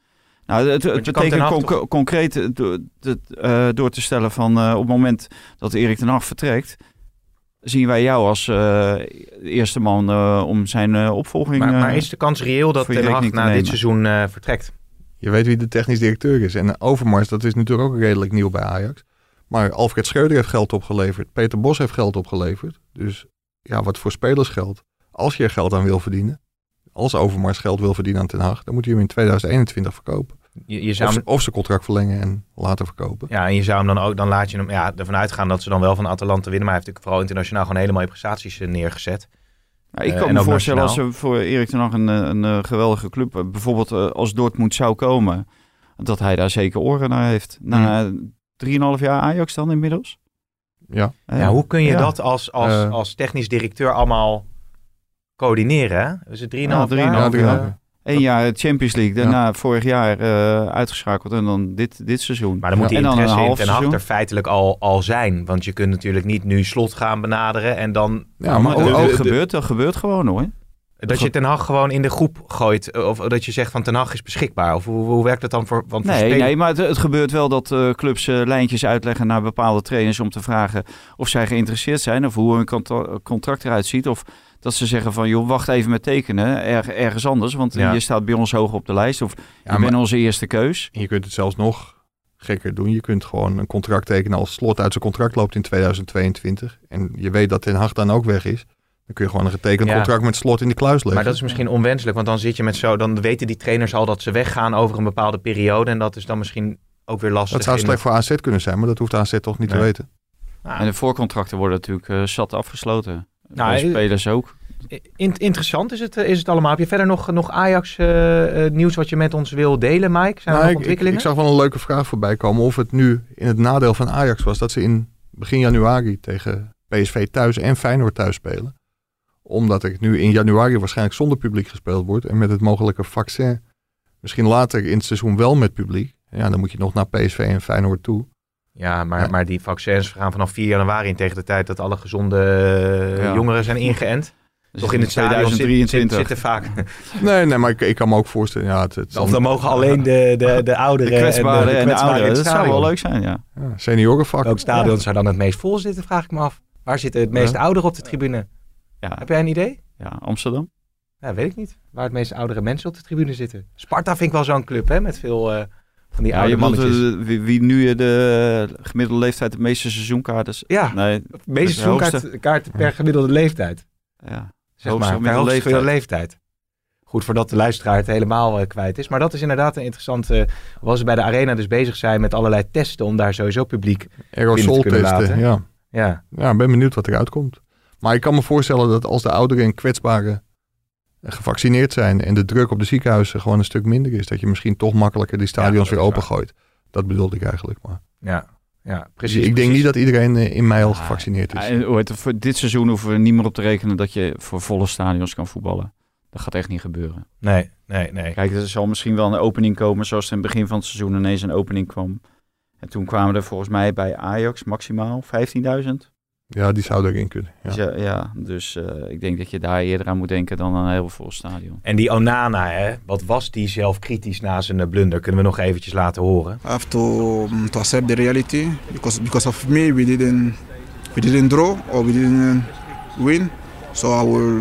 Nou, het, het betekent con- toch... concreet do, de, uh, door te stellen van uh, op het moment dat Erik ten Hag vertrekt, zien wij jou als uh, eerste man uh, om zijn uh, opvolging... Maar, uh, maar is de kans reëel dat Ten Hag na dit seizoen uh, vertrekt? Je weet wie de technisch directeur is. En Overmars, dat is natuurlijk ook redelijk nieuw bij Ajax. Maar Alfred Schreuder heeft geld opgeleverd. Peter Bos heeft geld opgeleverd. Dus ja, wat voor spelers geldt. Als je er geld aan wil verdienen, als Overmars geld wil verdienen aan Ten Hag, dan moet je hem in tweeduizend eenentwintig verkopen. Je, je zou of, hem... of zijn contract verlengen en later verkopen. Ja, en je zou hem dan ook, dan laat je hem ja, ervan uitgaan dat ze dan wel van Atalanta winnen. Maar hij heeft natuurlijk vooral internationaal gewoon hele mooie prestaties neergezet. Ja, ik kan uh, me voorstellen als er voor Erik ten Hag een, een, een geweldige club, bijvoorbeeld uh, als Dortmund zou komen, dat hij daar zeker oren naar heeft. Na mm. drieënhalf jaar Ajax dan inmiddels. Ja. Uh, ja, hoe kun je ja. dat als, als, uh, als technisch directeur allemaal coördineren? Hè? Is het drieënhalf ja, jaar? Ja, jaar? Eén jaar Champions League, daarna ja. vorig jaar uh, uitgeschakeld en dan dit, dit seizoen. Maar dan moet die ja. interesse in Ten Hag er feitelijk al, al zijn. Want je kunt natuurlijk niet nu Slot gaan benaderen en dan... Ja, maar dat, dat, gebeurt, dat gebeurt gewoon hoor. Dat, dat je Ten Hag gewoon in de groep gooit. Of dat je zegt van Ten Hag is beschikbaar. Of hoe, hoe werkt dat dan voor... Want nee, voor nee, maar het, het gebeurt wel dat uh, clubs uh, lijntjes uitleggen naar bepaalde trainers om te vragen of zij geïnteresseerd zijn. Of hoe hun contra- contract eruit ziet. Of dat ze zeggen van joh, wacht even met tekenen er, ergens anders. Want ja. je staat bij ons hoog op de lijst. Of ja, je bent onze eerste keus. Je kunt het zelfs nog gekker doen. Je kunt gewoon een contract tekenen als Slot uit zijn contract loopt in tweeduizend tweeëntwintig. En je weet dat Ten Hag dan ook weg is. Dan kun je gewoon een getekend ja. contract met Slot in de kluis leggen. Maar dat is misschien onwenselijk, want dan zit je met zo, dan weten die trainers al dat ze weggaan over een bepaalde periode en dat is dan misschien ook weer lastig. Dat zou slecht voor A Z kunnen zijn, maar dat hoeft A Z toch niet nee. te weten. Ah. En de voorcontracten worden natuurlijk uh, zat afgesloten. Nou, bij spelers ook. In, interessant is het, is het allemaal. Heb je verder nog, nog Ajax uh, uh, nieuws wat je met ons wil delen, Mike? Zijn er nou, nog ontwikkelingen? Ik, ik zag wel een leuke vraag voorbij komen of het nu in het nadeel van Ajax was dat ze in begin januari tegen P S V thuis en Feyenoord thuis spelen. Omdat er nu in januari waarschijnlijk zonder publiek gespeeld wordt. En met het mogelijke vaccin misschien later in het seizoen wel met publiek. Ja, dan moet je nog naar P S V en Feyenoord toe. Ja, maar, ja. maar die vaccins gaan vanaf vier januari in tegen de tijd dat alle gezonde ja. jongeren zijn ingeënt. Dus toch in het stadion zitten, zitten, zitten vaak. Nee, nee, maar ik, ik kan me ook voorstellen. Ja, het, het of dan mogen alleen de, de, de ouderen de kwetsbaren en de, de, en de ouderen. Dat zou wel leuk zijn, ja. ja seniorenvak. Welk stadion ja. zou dan het meest vol zitten, vraag ik me af. Waar zitten het meeste ja. ouderen op de tribune? Ja. Heb jij een idee? Ja, Amsterdam. Ja, weet ik niet. Waar het meeste oudere mensen op de tribune zitten. Sparta vind ik wel zo'n club, hè, met veel uh, van die ja, oude mannetjes. Uh, wie, wie nu de gemiddelde leeftijd de meeste seizoenkaarten... Ja, nee, de meeste seizoenkaarten per gemiddelde leeftijd. Ja, zeg maar, per hoogste leeftijd. leeftijd. Goed, voordat de luisteraar het helemaal uh, kwijt is. Maar dat is inderdaad een interessante... Uh, was ze bij de Arena dus bezig zijn met allerlei testen... om daar sowieso publiek binnen te kunnen laten. Ja. Ja. ja, ik ben benieuwd wat eruit komt. Maar ik kan me voorstellen dat als de ouderen en kwetsbaren gevaccineerd zijn en de druk op de ziekenhuizen gewoon een stuk minder is, dat je misschien toch makkelijker die stadions ja, weer opengooit. Dat bedoelde ik eigenlijk. Maar. Ja, ja, precies. Dus ik precies. denk niet dat iedereen in mei al gevaccineerd is. Ja, voor dit seizoen hoeven we niet meer op te rekenen dat je voor volle stadions kan voetballen. Dat gaat echt niet gebeuren. Nee, nee, nee. Kijk, er zal misschien wel een opening komen, zoals er in het begin van het seizoen ineens een opening kwam. En toen kwamen er volgens mij bij Ajax maximaal vijftienduizend. Ja, die zou erin kunnen. Ja, ja, ja dus uh, ik denk dat je daar eerder aan moet denken dan aan een heel vol stadion. En die Onana, hè, wat was die zelf kritisch na zijn blunder? Kunnen we nog eventjes laten horen? I have to, um, to accept the reality because because of me we didn't we didn't draw or we didn't win, so I will.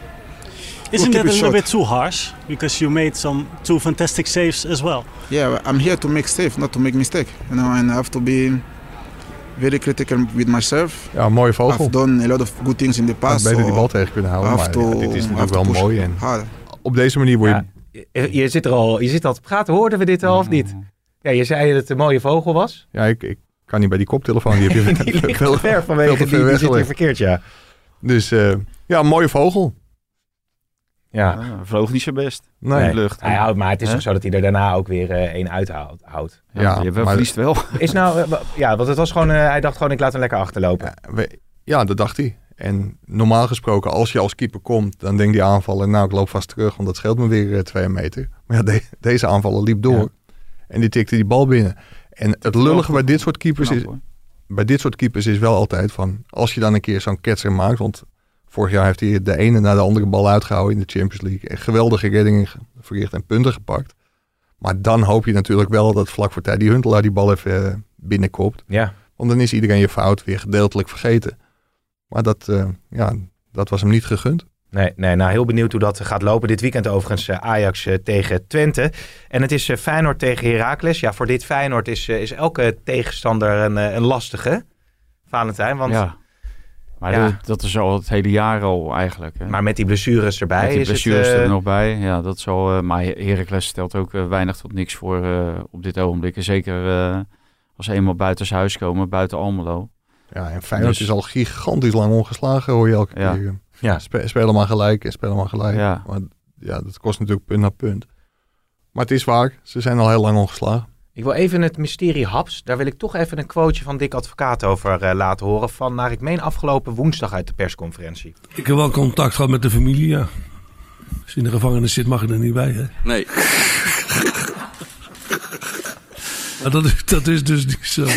Isn't that a little bit too harsh? Because you made some two fantastic saves as well. Yeah, I'm here to make saves, not to make mistake. You know, and I have to be very critical with myself. Ja, een mooie vogel. I've done a lot of good things in the past. Beter die bal tegen kunnen houden, maar to, ja, dit is natuurlijk wel mooi. En op deze manier word je... Ja, je, je zit er al, je zit al te praten. Hoorden we dit al of niet? Ja, je zei dat het een mooie vogel was. Ja, ik, ik kan niet bij die koptelefoon. Die heb je die ligt veel, ver vanwege veel die, die zit hier verkeerd, ja. Dus uh, ja, een mooie vogel. Ja, ah, vloog niet zo best. Nee, in de lucht. Hij houdt, maar het is toch zo dat hij er daarna ook weer uh, één uithoudt. Ja, ja, je maar, verliest wel. Is nou, uh, ja, want het was gewoon, uh, hij dacht gewoon, ik laat hem lekker achterlopen. Ja, we, ja, dat dacht hij. En normaal gesproken, als je als keeper komt, dan denkt die aanvaller, nou, ik loop vast terug, want dat scheelt me weer uh, twee meter. Maar ja, de, deze aanvaller liep door ja. en die tikte die bal binnen. En het lullige bij dit soort keepers is, bij dit soort keepers is wel altijd van, als je dan een keer zo'n ketser maakt, want vorig jaar heeft hij de ene na de andere bal uitgehouden in de Champions League. En geweldige reddingen verricht en punten gepakt. Maar dan hoop je natuurlijk wel dat vlak voor tijd die Huntelaar die bal even uh, binnenkopt. Ja. Want dan is iedereen je fout weer gedeeltelijk vergeten. Maar dat, uh, ja, dat was hem niet gegund. Nee, nee, nou heel benieuwd hoe dat gaat lopen. Dit weekend overigens uh, Ajax uh, tegen Twente. En het is uh, Feyenoord tegen Heracles. Ja, voor dit Feyenoord is, uh, is elke tegenstander een, uh, een lastige. Valentijn, want... Ja. Maar ja. dat, dat is al het hele jaar al eigenlijk. Hè. Maar met die blessures erbij met die is blessures het... Uh... er nog bij. Ja, dat zal, uh, maar Heracles stelt ook uh, weinig tot niks voor uh, op dit ogenblik. En zeker uh, als ze eenmaal buiten huis komen, buiten Almelo. Ja, en Feyenoord dus... is al gigantisch lang ongeslagen, hoor je elke ja. keer. Ja. Spe- spelen maar gelijk en spelen maar gelijk. Ja. Maar ja, dat kost natuurlijk punt na punt. Maar het is waar, ze zijn al heel lang ongeslagen. Ik wil even het mysterie Haps. Daar wil ik toch even een quoteje van Dick Advocaat over uh, laten horen. Van, naar ik meen, afgelopen woensdag uit de persconferentie. Ik heb wel contact gehad met de familie, ja. Als je in de gevangenis zit, mag je er niet bij, hè? Nee. Maar dat, is, dat is dus niet zo.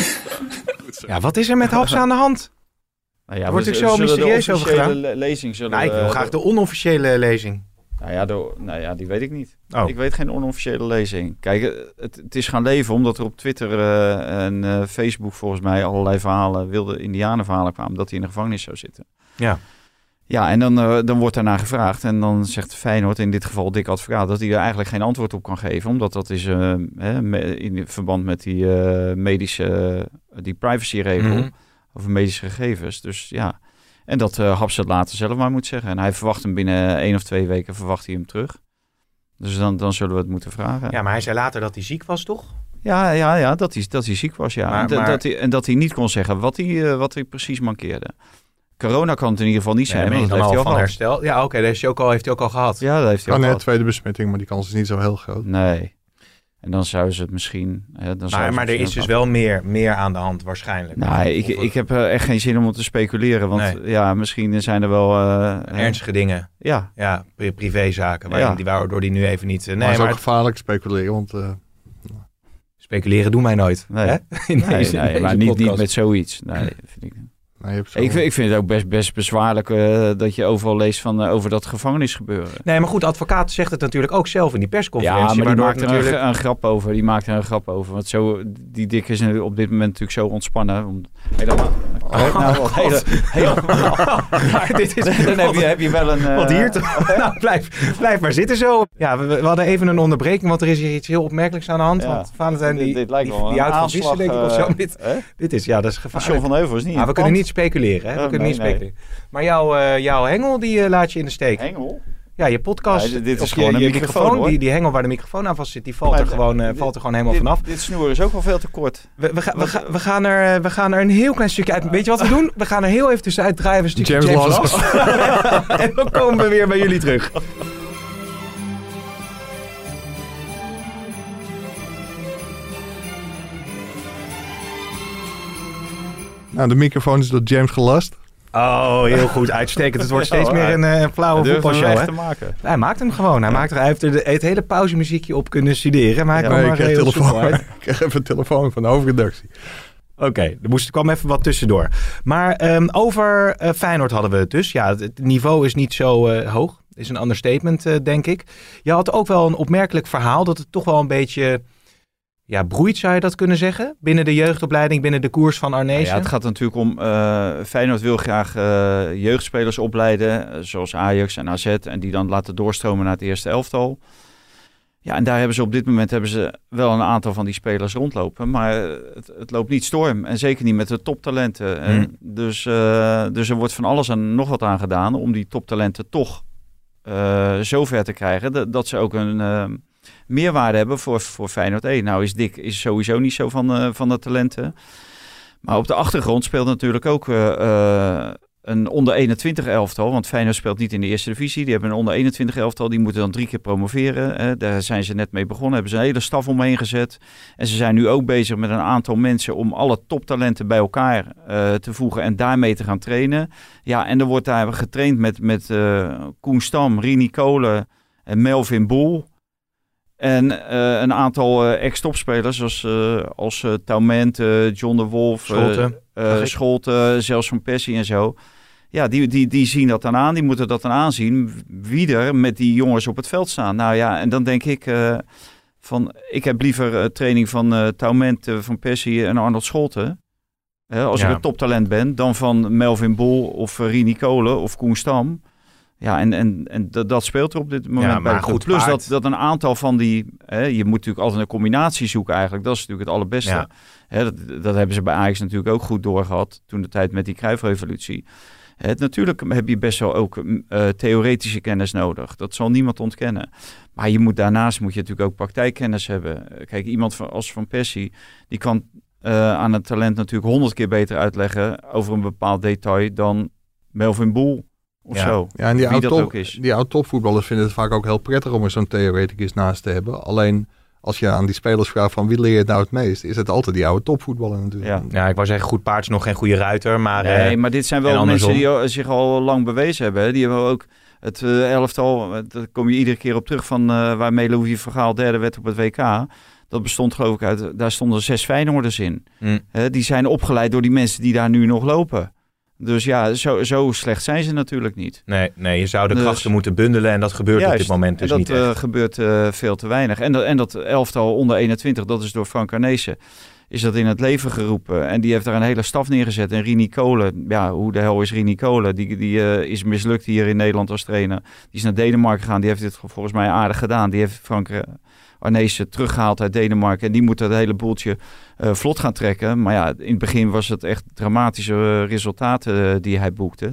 Ja, wat is er met Haps aan de hand? Nou ja, Daar wordt we, ik zo mysterieus over gedaan. Le- lezing zullen Nou, ik wil we, graag de onofficiële lezing. Nou ja, de, nou ja, die weet ik niet. Oh. Ik weet geen onofficiële lezing. Kijk, het, het is gaan leven omdat er op Twitter uh, en uh, Facebook volgens mij allerlei verhalen, wilde indianenverhalen kwamen dat hij in de gevangenis zou zitten. Ja. Ja, en dan, uh, dan wordt daarna gevraagd. En dan zegt Feyenoord, in dit geval Dick Advocaat, dat hij er eigenlijk geen antwoord op kan geven. Omdat dat is uh, hè, in verband met die uh, medische, uh, die privacyregel Mm-hmm. over medische gegevens. Dus ja, en dat uh, Haps het later zelf maar moet zeggen. En hij verwacht hem binnen één of twee weken, verwacht hij hem terug. Dus dan, dan zullen we het moeten vragen. Ja, maar hij zei later dat hij ziek was, toch? Ja, ja, ja dat, hij, dat hij ziek was, ja. Maar, en, maar... Dat hij, en dat hij niet kon zeggen wat hij, uh, wat hij precies mankeerde. Corona kan het in ieder geval niet zijn. Nee, Nee, dan dat al heeft van hij al gehad. herstel. Ja, oké, okay, heeft, heeft hij ook al gehad. Ja, dat heeft hij Oh, al nee, gehad. tweede besmetting, maar die kans is niet zo heel groot. Nee. En dan zouden ze het misschien... Hè, dan maar maar er is dus wel meer, meer aan de hand waarschijnlijk. Nee, ik, ik heb uh, echt geen zin om te speculeren. Want nee. ja, misschien zijn er wel... Uh, ernstige dingen. Ja. Ja, privézaken. Waar ja. die, waardoor die nu even niet... Uh, nee, maar het is maar ook gevaarlijk speculeren, want... Uh, speculeren doen wij nooit. Nee, hè? In nee, deze, nee maar niet, niet met zoiets. Nee, vind ik... Nee, ik, vind, ik vind het ook best, best bezwaarlijk uh, dat je overal leest van, uh, over dat gevangenisgebeuren. Nee, maar goed, de advocaat zegt het natuurlijk ook zelf in die persconferentie. Ja, maar die maakt er natuurlijk... een, een grap over. Die maakt er een grap over. Want zo, die Dick is op dit moment natuurlijk zo ontspannen. Om, helemaal, oh, nou, hele, helemaal, maar dit is, dan heb je, heb je wel een... Uh, wat hier toch? Nou, blijf, blijf maar zitten zo. Ja, we, we hadden even een onderbreking, want er is hier iets heel opmerkelijks aan de hand. Ja. Want Valentijn, die, dit, dit lijkt wel die, die uit van Wissen, denk ik, of zo. Dit, uh, dit is, ja, dat is gevaarlijk. John van Heuvel is niet ah, we kunnen niet speculeren, hè? We uh, kunnen nee, niet speculeren. Nee. Maar jouw, uh, jouw hengel, die uh, laat je in de steek. Hengel? Ja, je podcast. Nee, dit is je, gewoon een je microfoon, microfoon die, die hengel waar de microfoon aan vast zit, die valt, er, dit, gewoon, uh, dit, valt er gewoon helemaal dit, vanaf. Dit snoer is ook wel veel te kort. We, we, ga, we, ga, we, gaan er, we gaan er een heel klein stukje uit. Weet je wat we doen? We gaan er heel even tussenuit draaien. Een stukje James, James Lost. En dan komen we weer bij jullie terug. Nou, de microfoon is door James gelast. Oh, heel goed. Uitstekend. Het wordt steeds oh, meer een, een flauwe voetbalshow. Hè? Te maken. Hij maakt hem gewoon. Hij, maakt er, hij heeft er de, het hele pauzemuziekje op kunnen studeren. Maar hij ja, kwam nee, maar ik heel telefoon, uit. Ik kreeg even een telefoon van de hoofdredactie. Oké, okay, er moest, kwam even wat tussendoor. Maar um, over uh, Feyenoord hadden we het dus. Ja, het, het niveau is niet zo uh, hoog. Is een understatement, uh, denk ik. Je had ook wel een opmerkelijk verhaal dat het toch wel een beetje... Ja, broeit zou je dat kunnen zeggen? Binnen de jeugdopleiding, binnen de koers van Arnezen? Ja, het gaat natuurlijk om... Uh, Feyenoord wil graag uh, jeugdspelers opleiden, uh, zoals Ajax en A Z... en die dan laten doorstromen naar het eerste elftal. Ja, en daar hebben ze op dit moment hebben ze wel een aantal van die spelers rondlopen. Maar het, het loopt niet storm. En zeker niet met de toptalenten. Hmm. En dus, uh, dus er wordt van alles en nog wat aan gedaan om die toptalenten toch uh, zover te krijgen... Dat, dat ze ook een... Uh, meerwaarde hebben voor, voor Feyenoord. Hey, nou is Dick is sowieso niet zo van, uh, van de talenten. Maar op de achtergrond speelt natuurlijk ook uh, uh, een onder eenentwintig elftal. Want Feyenoord speelt niet in de eerste divisie. Die hebben een onder eenentwintig elftal. Die moeten dan drie keer promoveren. Uh, daar zijn ze net mee begonnen. Hebben ze een hele staf omheen gezet. En ze zijn nu ook bezig met een aantal mensen om alle toptalenten bij elkaar uh, te voegen en daarmee te gaan trainen. Ja, en er wordt daar getraind met, met uh, Koen Stam, Rini Kolen en Melvin Boel. En uh, een aantal uh, ex-topspelers zoals uh, als uh, Taument, uh, John de Wolf, Scholten, uh, uh, Scholten, zelfs Van Persie en zo. Ja, die, die, die zien dat dan aan. Die moeten dat dan aanzien wie er met die jongens op het veld staan. Nou ja, en dan denk ik... Uh, van ik heb liever uh, training van uh, Taument, uh, Van Persie en Arnold Scholten. Uh, als ja. ik een toptalent ben, dan van Melvin Bol of uh, Rini Kolen of Koen Stam. Ja, en, en, en dat, dat speelt er op dit moment ja, bij de goed. Plus dat, dat een aantal van die... Hè, je moet natuurlijk altijd een combinatie zoeken eigenlijk. Dat is natuurlijk het allerbeste. Ja. Hè, dat, dat hebben ze bij Ajax natuurlijk ook goed doorgehad. Toen de tijd met die Cruijff-revolutie. Het, natuurlijk heb je best wel ook uh, theoretische kennis nodig. Dat zal niemand ontkennen. Maar je moet, daarnaast moet je natuurlijk ook praktijkkennis hebben. Kijk, iemand van, als Van Persie... die kan uh, aan het talent natuurlijk honderd keer beter uitleggen... over een bepaald detail dan Melvin Bol... Of ja. zo. Ja, en die oud-top, die oud-topvoetballers vinden het vaak ook heel prettig om er zo'n theoreticus naast te hebben. Alleen als je aan die spelers vraagt van wie leer je het nou het meest, is het altijd die oude topvoetballer natuurlijk. Ja, ja ik wou zeggen, goed paard is nog geen goede ruiter. Maar, nee, uh, maar dit zijn wel mensen die uh, zich al lang bewezen hebben. Hè. Die hebben ook het uh, elftal, uh, daar kom je iedere keer op terug van uh, waarmee Louis van Gaal derde werd op het W K. Dat bestond geloof ik uit, daar stonden zes Feyenoorders in. Mm. Uh, die zijn opgeleid door die mensen die daar nu nog lopen. Dus ja, zo, zo slecht zijn ze natuurlijk niet. Nee, nee je zou de dus, krachten moeten bundelen en dat gebeurt juist, op dit moment dus dat, niet Dat uh, gebeurt uh, veel te weinig. En dat, en dat elftal onder eenentwintig, dat is door Frank Arnezen, is dat in het leven geroepen. En die heeft daar een hele staf neergezet. En Rini Kolen, ja, hoe de hel is Rini Kolen? Die, die uh, is mislukt hier in Nederland als trainer. Die is naar Denemarken gegaan, die heeft dit volgens mij aardig gedaan. Die heeft Frank... Uh, Arnezen teruggehaald uit Denemarken. En die moet dat hele boeltje uh, vlot gaan trekken. Maar ja, in het begin was het echt dramatische uh, resultaten uh, die hij boekte.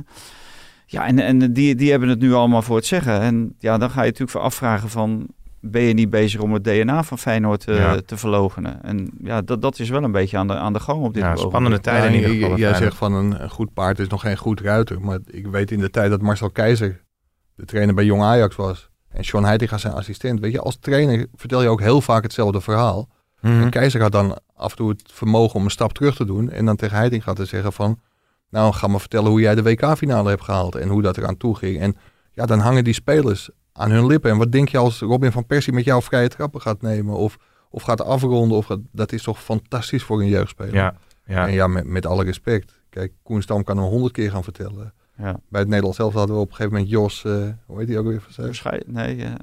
Ja, en, en die, die hebben het nu allemaal voor het zeggen. En ja, dan ga je natuurlijk afvragen van... ben je niet bezig om het D N A van Feyenoord uh, ja. te verloochenen? En ja, dat, dat is wel een beetje aan de, aan de gang op dit moment. Ja, spannende tijden ja, in ieder geval. Jij zegt van een, een goed paard is nog geen goed ruiter. Maar ik weet in de tijd dat Marcel Keizer de trainer bij Jong Ajax was... en Sean Heitinga zijn assistent. Weet je, als trainer vertel je ook heel vaak hetzelfde verhaal. Mm-hmm. En Keizer had dan af en toe het vermogen om een stap terug te doen. En dan tegen Heitinga te zeggen van... nou, ga maar vertellen hoe jij de W K-finale hebt gehaald. En hoe dat eraan toe ging. En ja, dan hangen die spelers aan hun lippen. En wat denk je als Robin van Persie met jou vrije trappen gaat nemen? Of, of gaat afronden? Of gaat, dat is toch fantastisch voor een jeugdspeler. Ja, ja. En ja, met, met alle respect. Kijk, Koen Stam kan hem honderd keer gaan vertellen... Ja. Bij het Nederlands zelf hadden we op een gegeven moment Jos, uh, hoe heet die ook weer? Waarschijnlijk, nee. Uh...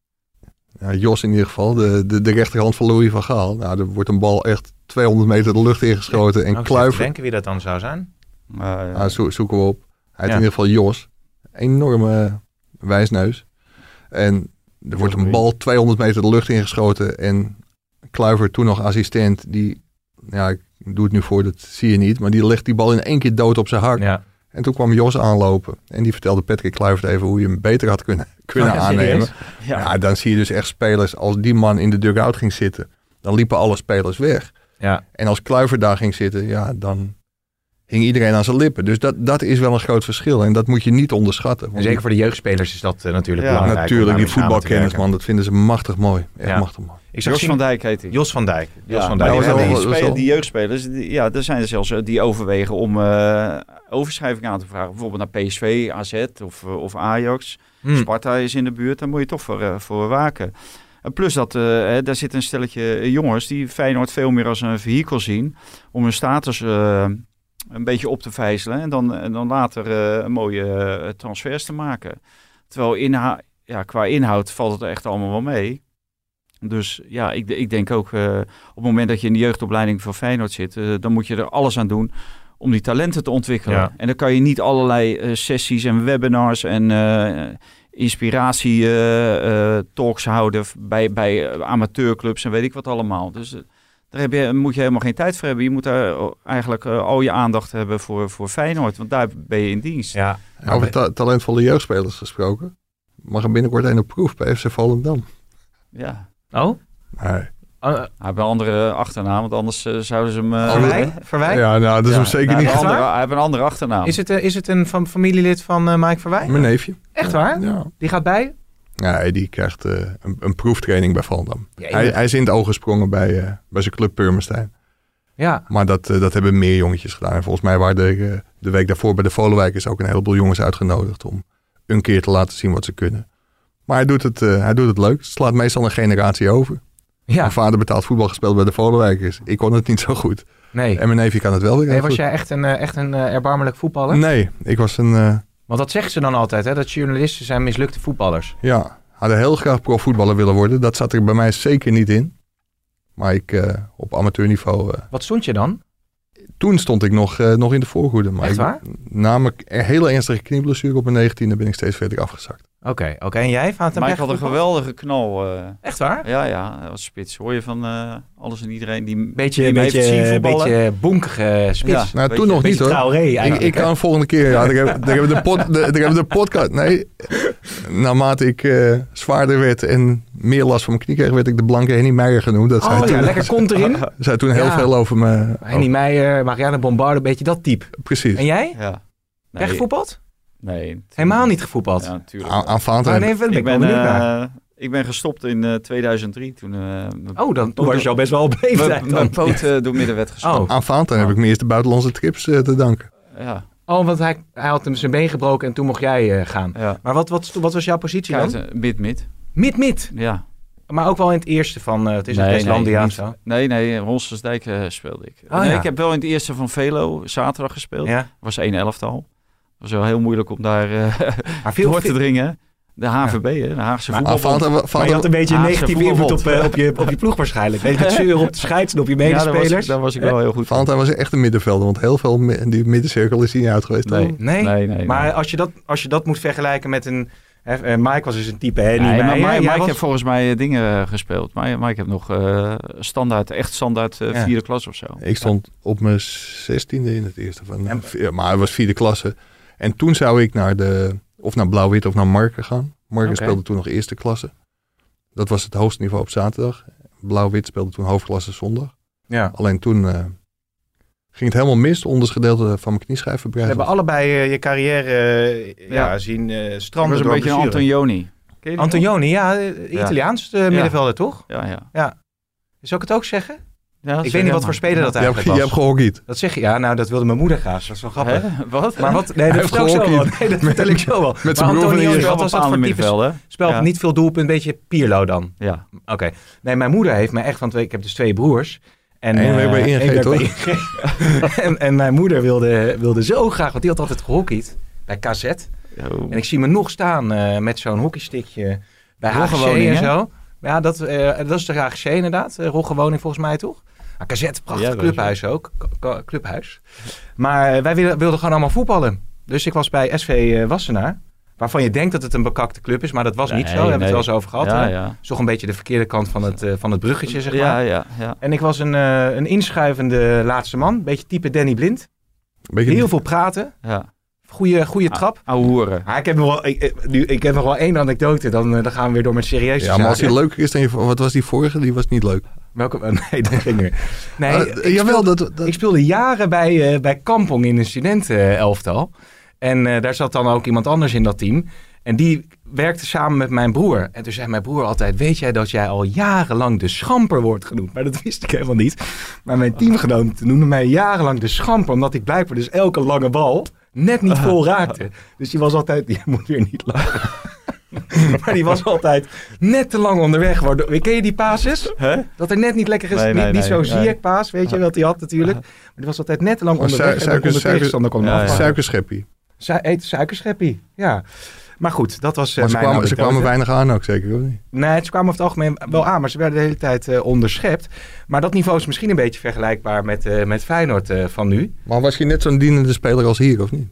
Ja, Jos in ieder geval, de, de, de rechterhand van Louis van Gaal. Nou, er wordt een bal echt tweehonderd meter de lucht ingeschoten ja, en nou, Kluivert. Denken wie dat dan zou zijn? Uh, ja. ah, zo, zoeken we op. Hij ja. heet in ieder geval Jos. Enorme uh, wijsneus. En er Jos wordt een bal tweehonderd meter de lucht ingeschoten en Kluivert, toen nog assistent, die, ja, ik doe het nu voor, dat zie je niet, maar die legt die bal in één keer dood op zijn hak. Ja. En toen kwam Jos aanlopen. En die vertelde Patrick Kluivert even hoe je hem beter had kunnen, kunnen oh, ja, aannemen. Ja. Ja, dan zie je dus echt spelers. Als die man in de dugout ging zitten, dan liepen alle spelers weg. Ja. En als Kluivert daar ging zitten, ja, dan hing iedereen aan zijn lippen. Dus dat, dat is wel een groot verschil. En dat moet je niet onderschatten. En zeker voor de jeugdspelers is dat uh, natuurlijk ja, belangrijk. Natuurlijk, die voetbalkennis, man. Dat vinden ze machtig mooi. Echt ja. machtig mooi. Ik Jos zien... van Dijk heet hij. Jos van Dijk. Jos ja, van Dijk. Die, die, spelen, die jeugdspelers, die, ja, er zijn er zelfs die overwegen om uh, overschrijving aan te vragen. Bijvoorbeeld naar P S V, A Z of, of Ajax. Hmm. Sparta is in de buurt. Daar moet je toch voor, uh, voor waken. En plus dat, uh, hè, daar zit een stelletje jongens die Feyenoord veel meer als een vehikel zien. Om hun status uh, een beetje op te vijzelen. En dan, en dan later uh, een mooie uh, transfers te maken. Terwijl inha- ja, qua inhoud valt het echt allemaal wel mee. Dus ja, ik, ik denk ook uh, op het moment dat je in de jeugdopleiding van Feyenoord zit, uh, dan moet je er alles aan doen om die talenten te ontwikkelen. Ja. En dan kan je niet allerlei uh, sessies en webinars en uh, inspiratie uh, uh, talks houden bij, bij amateurclubs en weet ik wat allemaal. Dus uh, daar heb je, moet je helemaal geen tijd voor hebben. Je moet daar eigenlijk uh, al je aandacht hebben voor, voor Feyenoord, want daar ben je in dienst. Ja. Ja, over ta- talentvolle jeugdspelers gesproken, mag er binnenkort een op proef bij F C Volendam. Ja. Oh? Nee. Uh, hij heeft een andere achternaam, want anders uh, zouden ze hem... Uh, Verwij? Verwij? Ja, nou, dat is ja, hem zeker nou, niet. Andere, hij heeft een andere achternaam. Is het, uh, is het een van, familielid van uh, Mike Verwij? Mijn neefje. Echt waar? Ja. Die gaat bij? Ja, die krijgt uh, een, een proeftraining bij Volendam. Ja, hij, hij is in het oog gesprongen bij, uh, bij zijn club Purmerstein. Ja. Maar dat, uh, dat hebben meer jongetjes gedaan. En volgens mij waren de, uh, de week daarvoor bij de Volenwijkers ook een heleboel jongens uitgenodigd om een keer te laten zien wat ze kunnen. Maar hij doet het, uh, hij doet het leuk. Het slaat meestal een generatie over. Ja. Mijn vader betaald voetbal gespeeld bij de Volenwijkers. Ik kon het niet zo goed. Nee. En mijn neefje kan het wel weer. Nee, was goed. jij echt een, echt een uh, erbarmelijk voetballer? Nee, ik was een... Uh... Want dat zeggen ze dan altijd, hè? Dat journalisten zijn mislukte voetballers. Ja, hadden heel graag profvoetballer willen worden. Dat zat er bij mij zeker niet in. Maar ik uh, op amateurniveau... Uh, Wat stond je dan? Toen stond ik nog, uh, nog in de voorhoede. Maar Echt waar? Ik, namelijk een hele ernstige knieblessure op mijn negentiende ben ik steeds verder afgezakt. Oké, okay, oké. Okay. En jij, Vaat Maar ik had een geweldige knal. Uh, Echt waar? Ja, ja. Dat was spits. Hoor je van uh, alles en iedereen die beetje, die beetje, heeft beetje bonkige spits. Ja, nou, beetje, toen nog niet hoor. Traoré, ik, ik kan volgende keer. Ja, daar hebben we de, pod, de, daar hebben we de podcast. Nee, naarmate ik uh, zwaarder werd en meer last van mijn knie kreeg, werd ik de blanke Henny Meijer genoemd. Dat oh zei ja, toen, lekker kont erin. Zei toen heel ja. veel over me. Henny Meijer, Marianne Bombarde, een beetje dat type. Precies. En jij? Ja. Nee. Heb je gevoetbald? Nee. Helemaal niet gevoetbald? Ja, natuurlijk. Aan, aanvaard. Oh, nee, ik, ben, uh, ik ben gestopt in uh, tweeduizend drie. Toen, uh, oh, dan toen was je al best wel op leeftijd. Mijn poot uh, door midden werd gestopt. Oh. Aan Vaanten oh. heb ik me eerst de buitenlandse trips uh, te danken. Ja. Oh, want hij, hij had hem zijn been gebroken en toen mocht jij uh, gaan. Ja. Maar wat, wat, wat was jouw positie Kijk, dan? Mid-mid. Mid-mid? Ja. Maar ook wel in het eerste van, uh, het is nee, het Westlandia nee, of zo? Nee, nee, Ronstersdijk uh, speelde ik. Oh, nee, ja. Ik heb wel in het eerste van Velo zaterdag gespeeld. Ja. Dat was één elftal. Het was wel heel moeilijk om daar uh, maar veel, door te dringen. De H V B, ja. Hè, de Haagse maar, voetbalbond. Maar, maar, maar je had een beetje een negatieve invloed op, uh, op, je, op je ploeg waarschijnlijk. Weet je, het zeuren op de scheids en op je medespelers. Ja, daar was, daar was ik wel heel goed van. Vaanten was echt een middenvelder, want heel veel in die middencirkel is hij niet uit geweest. Nee, nee? nee, nee maar nee. Als, je dat, als je dat moet vergelijken met een... Hè, Mike was dus een type, hè? Nee, niet maar mij, Mike, Mike was... heeft volgens mij dingen gespeeld. Maar Mike heeft nog uh, standaard, echt standaard uh, ja. vierde klas of zo. Ik stond ja. op mijn zestiende in het eerste van... En... Ja, maar het was vierde klasse. En toen zou ik naar de... Of naar Blauw-Wit of naar Marken gaan. Marken okay. speelde toen nog eerste klasse. Dat was het hoogste niveau op zaterdag. Blauw-Wit speelde toen hoofdklasse zondag. Ja. Alleen toen uh, ging het helemaal mis. Onderste gedeelte van mijn knieschijf verbrijven. We hebben allebei uh, je carrière uh, ja. Ja, zien uh, stranden. Dat was een beetje een Antonioni. Antonioni, ja. Italiaans ja. uh, middenvelder, ja. toch? Ja, ja. ja. Zou ik het ook zeggen? Ja, ik weet niet wat voor speler ja. dat eigenlijk was. Je hebt gehockeyd. Dat zeg je, ja, nou dat wilde mijn moeder graag. Dat is wel grappig. Hè? Wat? Maar wat? Nee, dat vertel ik zo wel. Nee, dat vertel ik zo wel. Met zijn Antonio, wat was dat voor type? Speelt ja. niet veel doelpunt, een beetje Pierlo dan. Ja. Oké. Okay. Nee, mijn moeder heeft me echt, want ik heb dus twee broers. En Eén uh, bij I N G, toch? en, en mijn moeder wilde, wilde zo graag, want die had altijd gehockeyd bij K Z. Oh. En ik zie me nog staan uh, met zo'n hockeystickje bij H G C en zo. Ja, dat, uh, dat is de H G C inderdaad. Uh, Roggewoning volgens mij, toch? Ah, K Z, prachtig ja, clubhuis ook. K- clubhuis. Maar uh, wij wilden, wilden gewoon allemaal voetballen. Dus ik was bij S V uh, Wassenaar. Waarvan je denkt dat het een bekakte club is, maar dat was nee, niet zo. Daar hebben we nee. het wel eens over gehad. Ja, ja. Het is toch een beetje de verkeerde kant van het, uh, van het bruggetje, zeg maar. Ja, ja, ja. En ik was een, uh, een inschuivende laatste man. Beetje type Danny Blind. Beetje heel veel praten. Ja. Goeie, goeie trap. Ouwe hoeren. Ah, ik, heb nog wel, ik, nu, ik heb nog wel één anekdote. Dan, dan gaan we weer door met serieuze ja, zaken. Maar als die leuker is dan je... Wat was die vorige? Die was niet leuk. Welke? Nee, dat ging weer. Nee, uh, ik, jawel, speelde, dat, dat... ik speelde jaren bij, uh, bij Kampong in een studentenelftal. En uh, daar zat dan ook iemand anders in dat team. En die werkte samen met mijn broer. En toen zei mijn broer altijd... Weet jij dat jij al jarenlang de Schamper wordt genoemd? Maar dat wist ik helemaal niet. Maar mijn teamgenoot noemde mij jarenlang de Schamper. Omdat ik blijkbaar dus elke lange bal net niet vol raakte. Dus die was altijd... Je moet weer niet lachen. Maar die was altijd net te lang onderweg. Waardoor, ken je die passes? Huh? Dat er net niet lekker is. Nee, nee, niet niet nee, zo'n nee. Ziyech-paas, weet je wat hij had natuurlijk. Maar die was altijd net te lang onderweg. Su- suiker, en de tegenstander kon ja, ja, suikerscheppie. Su- eet suikerscheppie, ja. Maar goed, dat was uh, maar ze mijn kwamen, ze kwamen weinig aan ook, zeker of niet? Nee, ze kwamen over het algemeen wel aan, maar ze werden de hele tijd uh, onderschept. Maar dat niveau is misschien een beetje vergelijkbaar met, uh, met Feyenoord uh, van nu. Maar was je net zo'n dienende speler als hier, of niet?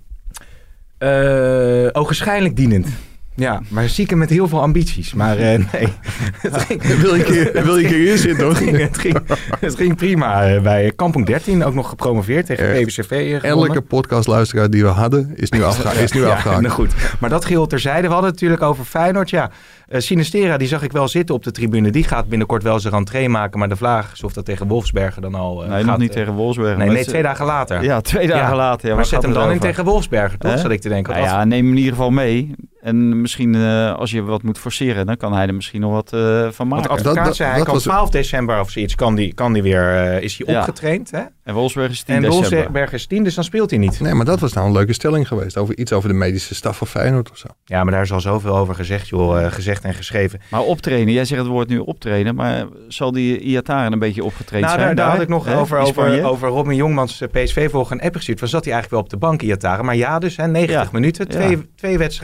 Uh, ogenschijnlijk dienend. Ja, maar zieken met heel veel ambities. Maar uh, nee. Het ging, wil je keer, wil je keer hier zitten, toch? Het ging, het ging, het ging prima uh, bij Kampong dertien. Ook nog gepromoveerd tegen P V C V. Uh, Elke podcastluisteraar die we hadden is nu, afgeha- is nu ja, afgehaakt. Nou goed. Maar dat geheel terzijde. We hadden het natuurlijk over Feyenoord. Ja, uh, Sinistera, die zag ik wel zitten op de tribune. Die gaat binnenkort wel zijn rentree maken. Maar de vraag is of dat tegen Wolfsbergen dan al uh, Nee, gaat, nog niet uh, tegen Wolfsbergen. Nee, nee, twee dagen later. Ja, twee dagen ja. later. Ja, maar zet hem dan over? in tegen Wolfsbergen, toch? Zat ik te denken. Nou ja, neem hem in ieder geval mee. En misschien uh, als je wat moet forceren, dan kan hij er misschien nog wat uh, van maken. Want advocaat dat, zei, dat, hij kan twaalf december of zoiets, kan die, kan die weer, uh, is hij ja. opgetraind. Hè? En Wolfsberg is tien en december. Wolfsberg is tien, dus dan speelt hij niet. Nee, maar dat was nou een leuke stelling geweest. Over iets over de medische staf van Feyenoord of zo. Ja, maar daar is al zoveel over gezegd, joh. Uh, gezegd en geschreven. Maar optrainen, jij zegt het woord nu optrainen, maar zal die Iataren een beetje opgetraind nou, zijn? Daar, daar had ik nog hè? over, over, over Robin Jongmans P S V volgen een app gestuurd. Van zat hij eigenlijk wel op de bank, Iataren. Maar ja, dus hè, negentig ja. minuten, twee, ja. twee wedstrijden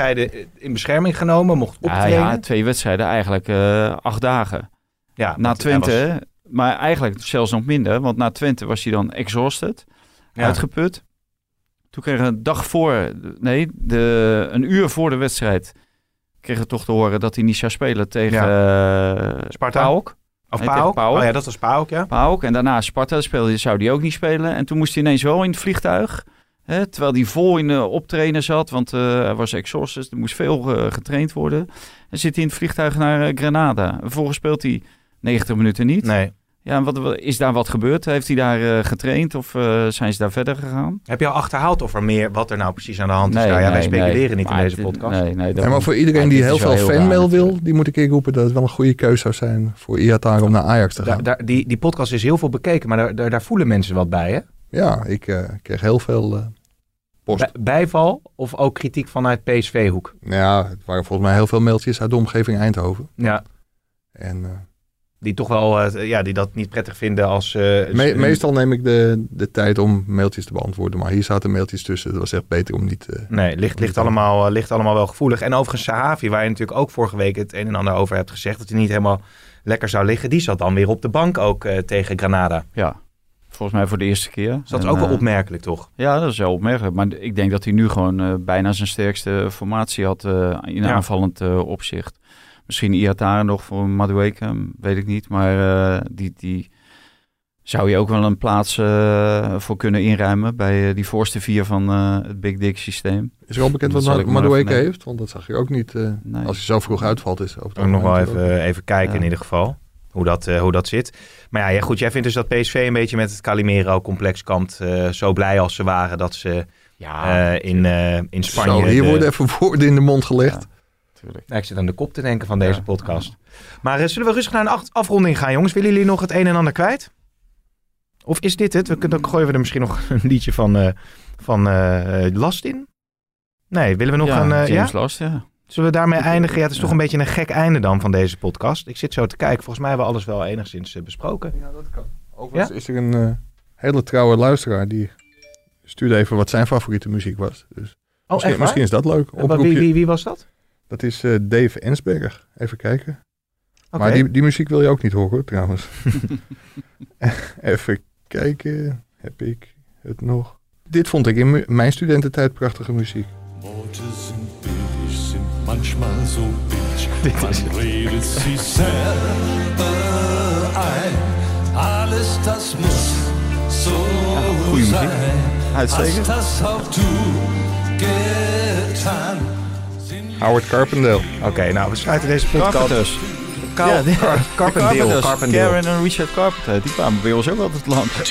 in bescherming genomen, mocht optreden. Ja, ja, twee wedstrijden eigenlijk uh, acht dagen. Ja, na Twente, was... maar eigenlijk zelfs nog minder. Want na Twente was hij dan exhausted, ja. uitgeput. Toen kregen we een dag voor, nee, de, een uur voor de wedstrijd... kregen we toch te horen dat hij niet zou spelen tegen ja. uh, Sparta. PAOK. Of nee, PAOK? Oh ja, dat was PAOK, ja. PAOK. En daarna Sparta speelde, zou hij ook niet spelen. En toen moest hij ineens wel in het vliegtuig... Hè, terwijl hij vol in de optrainen zat, want uh, hij was exhausted. Er moest veel uh, getraind worden. En zit hij in het vliegtuig naar uh, Granada. Vervolgens speelt hij negentig minuten niet. Nee. Ja, wat, is daar wat gebeurd? Heeft hij daar uh, getraind of uh, zijn ze daar verder gegaan? Heb je al achterhaald of er meer, wat er nou precies aan de hand is? Nee, nou, ja, nee, wij speculeren nee. niet maar in deze podcast. Nee, nee, ja, maar voor iedereen ja, die heel veel heel fanmail wil, die moet ik keer roepen dat het wel een goede keuze zou zijn voor Iataren om naar Ajax te gaan. Da, da, die, die podcast is heel veel bekeken, maar daar, daar, daar voelen mensen wat bij, hè? Ja, ik uh, kreeg heel veel... Uh, Bij, bijval of ook kritiek vanuit P S V-hoek? Ja, het waren volgens mij heel veel mailtjes uit de omgeving Eindhoven. Ja. En, uh, die toch wel, uh, ja, die dat niet prettig vinden als... Uh, me- meestal neem ik de, de tijd om mailtjes te beantwoorden, maar hier zaten mailtjes tussen. Het was echt beter om niet... Uh, nee, ligt, ligt, allemaal, uh, ligt allemaal wel gevoelig. En overigens Sahavi, waar je natuurlijk ook vorige week het een en ander over hebt gezegd, dat hij niet helemaal lekker zou liggen, die zat dan weer op de bank ook uh, tegen Granada. Ja. Volgens mij voor de eerste keer. Dus dat is en, ook wel opmerkelijk, toch? Ja, dat is wel opmerkelijk. Maar ik denk dat hij nu gewoon uh, bijna zijn sterkste formatie had uh, in ja. aanvallend uh, opzicht. Misschien Iataren nog voor Madueke, weet ik niet. Maar uh, die, die zou je ook wel een plaats uh, voor kunnen inruimen bij uh, die voorste vier van uh, het Big Dick systeem. Is er al bekend dat wat Madueke heeft? Want dat zag je ook niet. Uh, nee. Als hij zo vroeg uitvalt is. Over ook nog wel even, even kijken ja. in ieder geval. Hoe dat, uh, hoe dat zit. Maar ja, ja, goed, jij vindt dus dat P S V een beetje met het Calimero-complex kampt. Uh, zo blij als ze waren dat ze ja, uh, in, uh, in Spanje... Zo, hier de... worden even woorden in de mond gelegd. Ja, ja, ik zit aan de kop te denken van deze ja. podcast. Maar uh, zullen we rustig naar een af- afronding gaan, jongens? Willen jullie nog het een en ander kwijt? Of is dit het? We kunnen, dan gooien we er misschien nog een liedje van, uh, van uh, Last in? Nee, willen we nog ja, een... Uh, James ja? Last, ja. Zullen we daarmee eindigen? Ja, het is ja. toch een beetje een gek einde dan van deze podcast. Ik zit zo te kijken. Volgens mij hebben we alles wel enigszins uh, besproken. Ja, dat kan. Overigens ja? is er een uh, hele trouwe luisteraar die stuurde even wat zijn favoriete muziek was. Dus oh, misschien, misschien is dat leuk. Wie, wie, wie was dat? Dat is uh, Dave Ensberg. Even kijken. Okay. Maar die, die muziek wil je ook niet horen, trouwens. Even kijken. Heb ik het nog? Dit vond ik in mu- mijn studententijd prachtige muziek. Manchmal so bitch, man redet sich selber ein. Alles das muss so ja, sein. Uitstekend. Das auch du getan. Howard Carpendale. Oké, okay, nou we sluiten deze podcast. Carpenters. Car- ja, de, Car- Carpendale. Carpendale. Karen en Richard Carpenter, die kwamen bij ons ook altijd langs.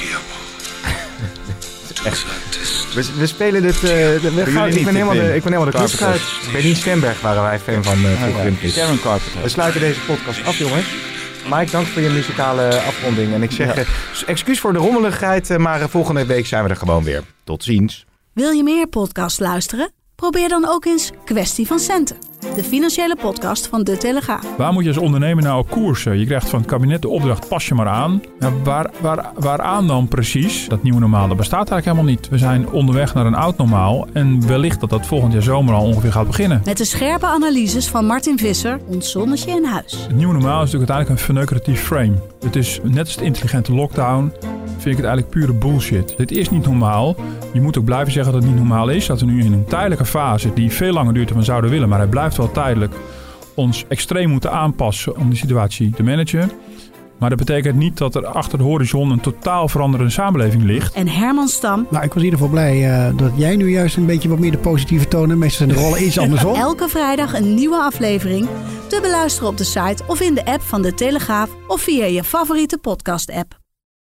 Echt. We, we spelen dit... Uh, de, we gaan, ik, ben helemaal de, ik ben helemaal de club uit. Berlin Stemberg waren wij fan van uh, vroeger in het Karen Carpenter. We sluiten deze podcast af, jongens. Mike, dank voor je muzikale afronding. En ik zeg ja. uh, excuus voor de rommeligheid, uh, maar uh, volgende week zijn we er gewoon weer. Tot ziens. Wil je meer podcasts luisteren? Probeer dan ook eens Kwestie van Centen. De financiële podcast van De Telegraaf. Waar moet je als ondernemer nou op koersen? Je krijgt van het kabinet de opdracht, pas je maar aan. Ja, waar, waar, waaraan dan precies? Dat nieuwe normaal, dat bestaat eigenlijk helemaal niet. We zijn onderweg naar een oud normaal. En wellicht dat dat volgend jaar zomer al ongeveer gaat beginnen. Met de scherpe analyses van Martin Visser, ons zonnetje in huis. Het nieuwe normaal is natuurlijk uiteindelijk een verneukeratief frame. Het is net als de intelligente lockdown, vind ik het eigenlijk pure bullshit. Dit is niet normaal. Je moet ook blijven zeggen dat het niet normaal is. Dat we nu in een tijdelijke fase die veel langer duurt dan we zouden willen, maar hij blijft wel tijdelijk, ons extreem moeten aanpassen om die situatie te managen. Maar dat betekent niet dat er achter de horizon een totaal veranderende samenleving ligt. En Herman Stam. Nou, ik was in ieder geval blij uh, dat jij nu juist een beetje wat meer de positieve toon hebt. Meestal zijn de rollen iets andersom. Elke vrijdag een nieuwe aflevering te beluisteren op de site of in de app van De Telegraaf of via je favoriete podcast-app.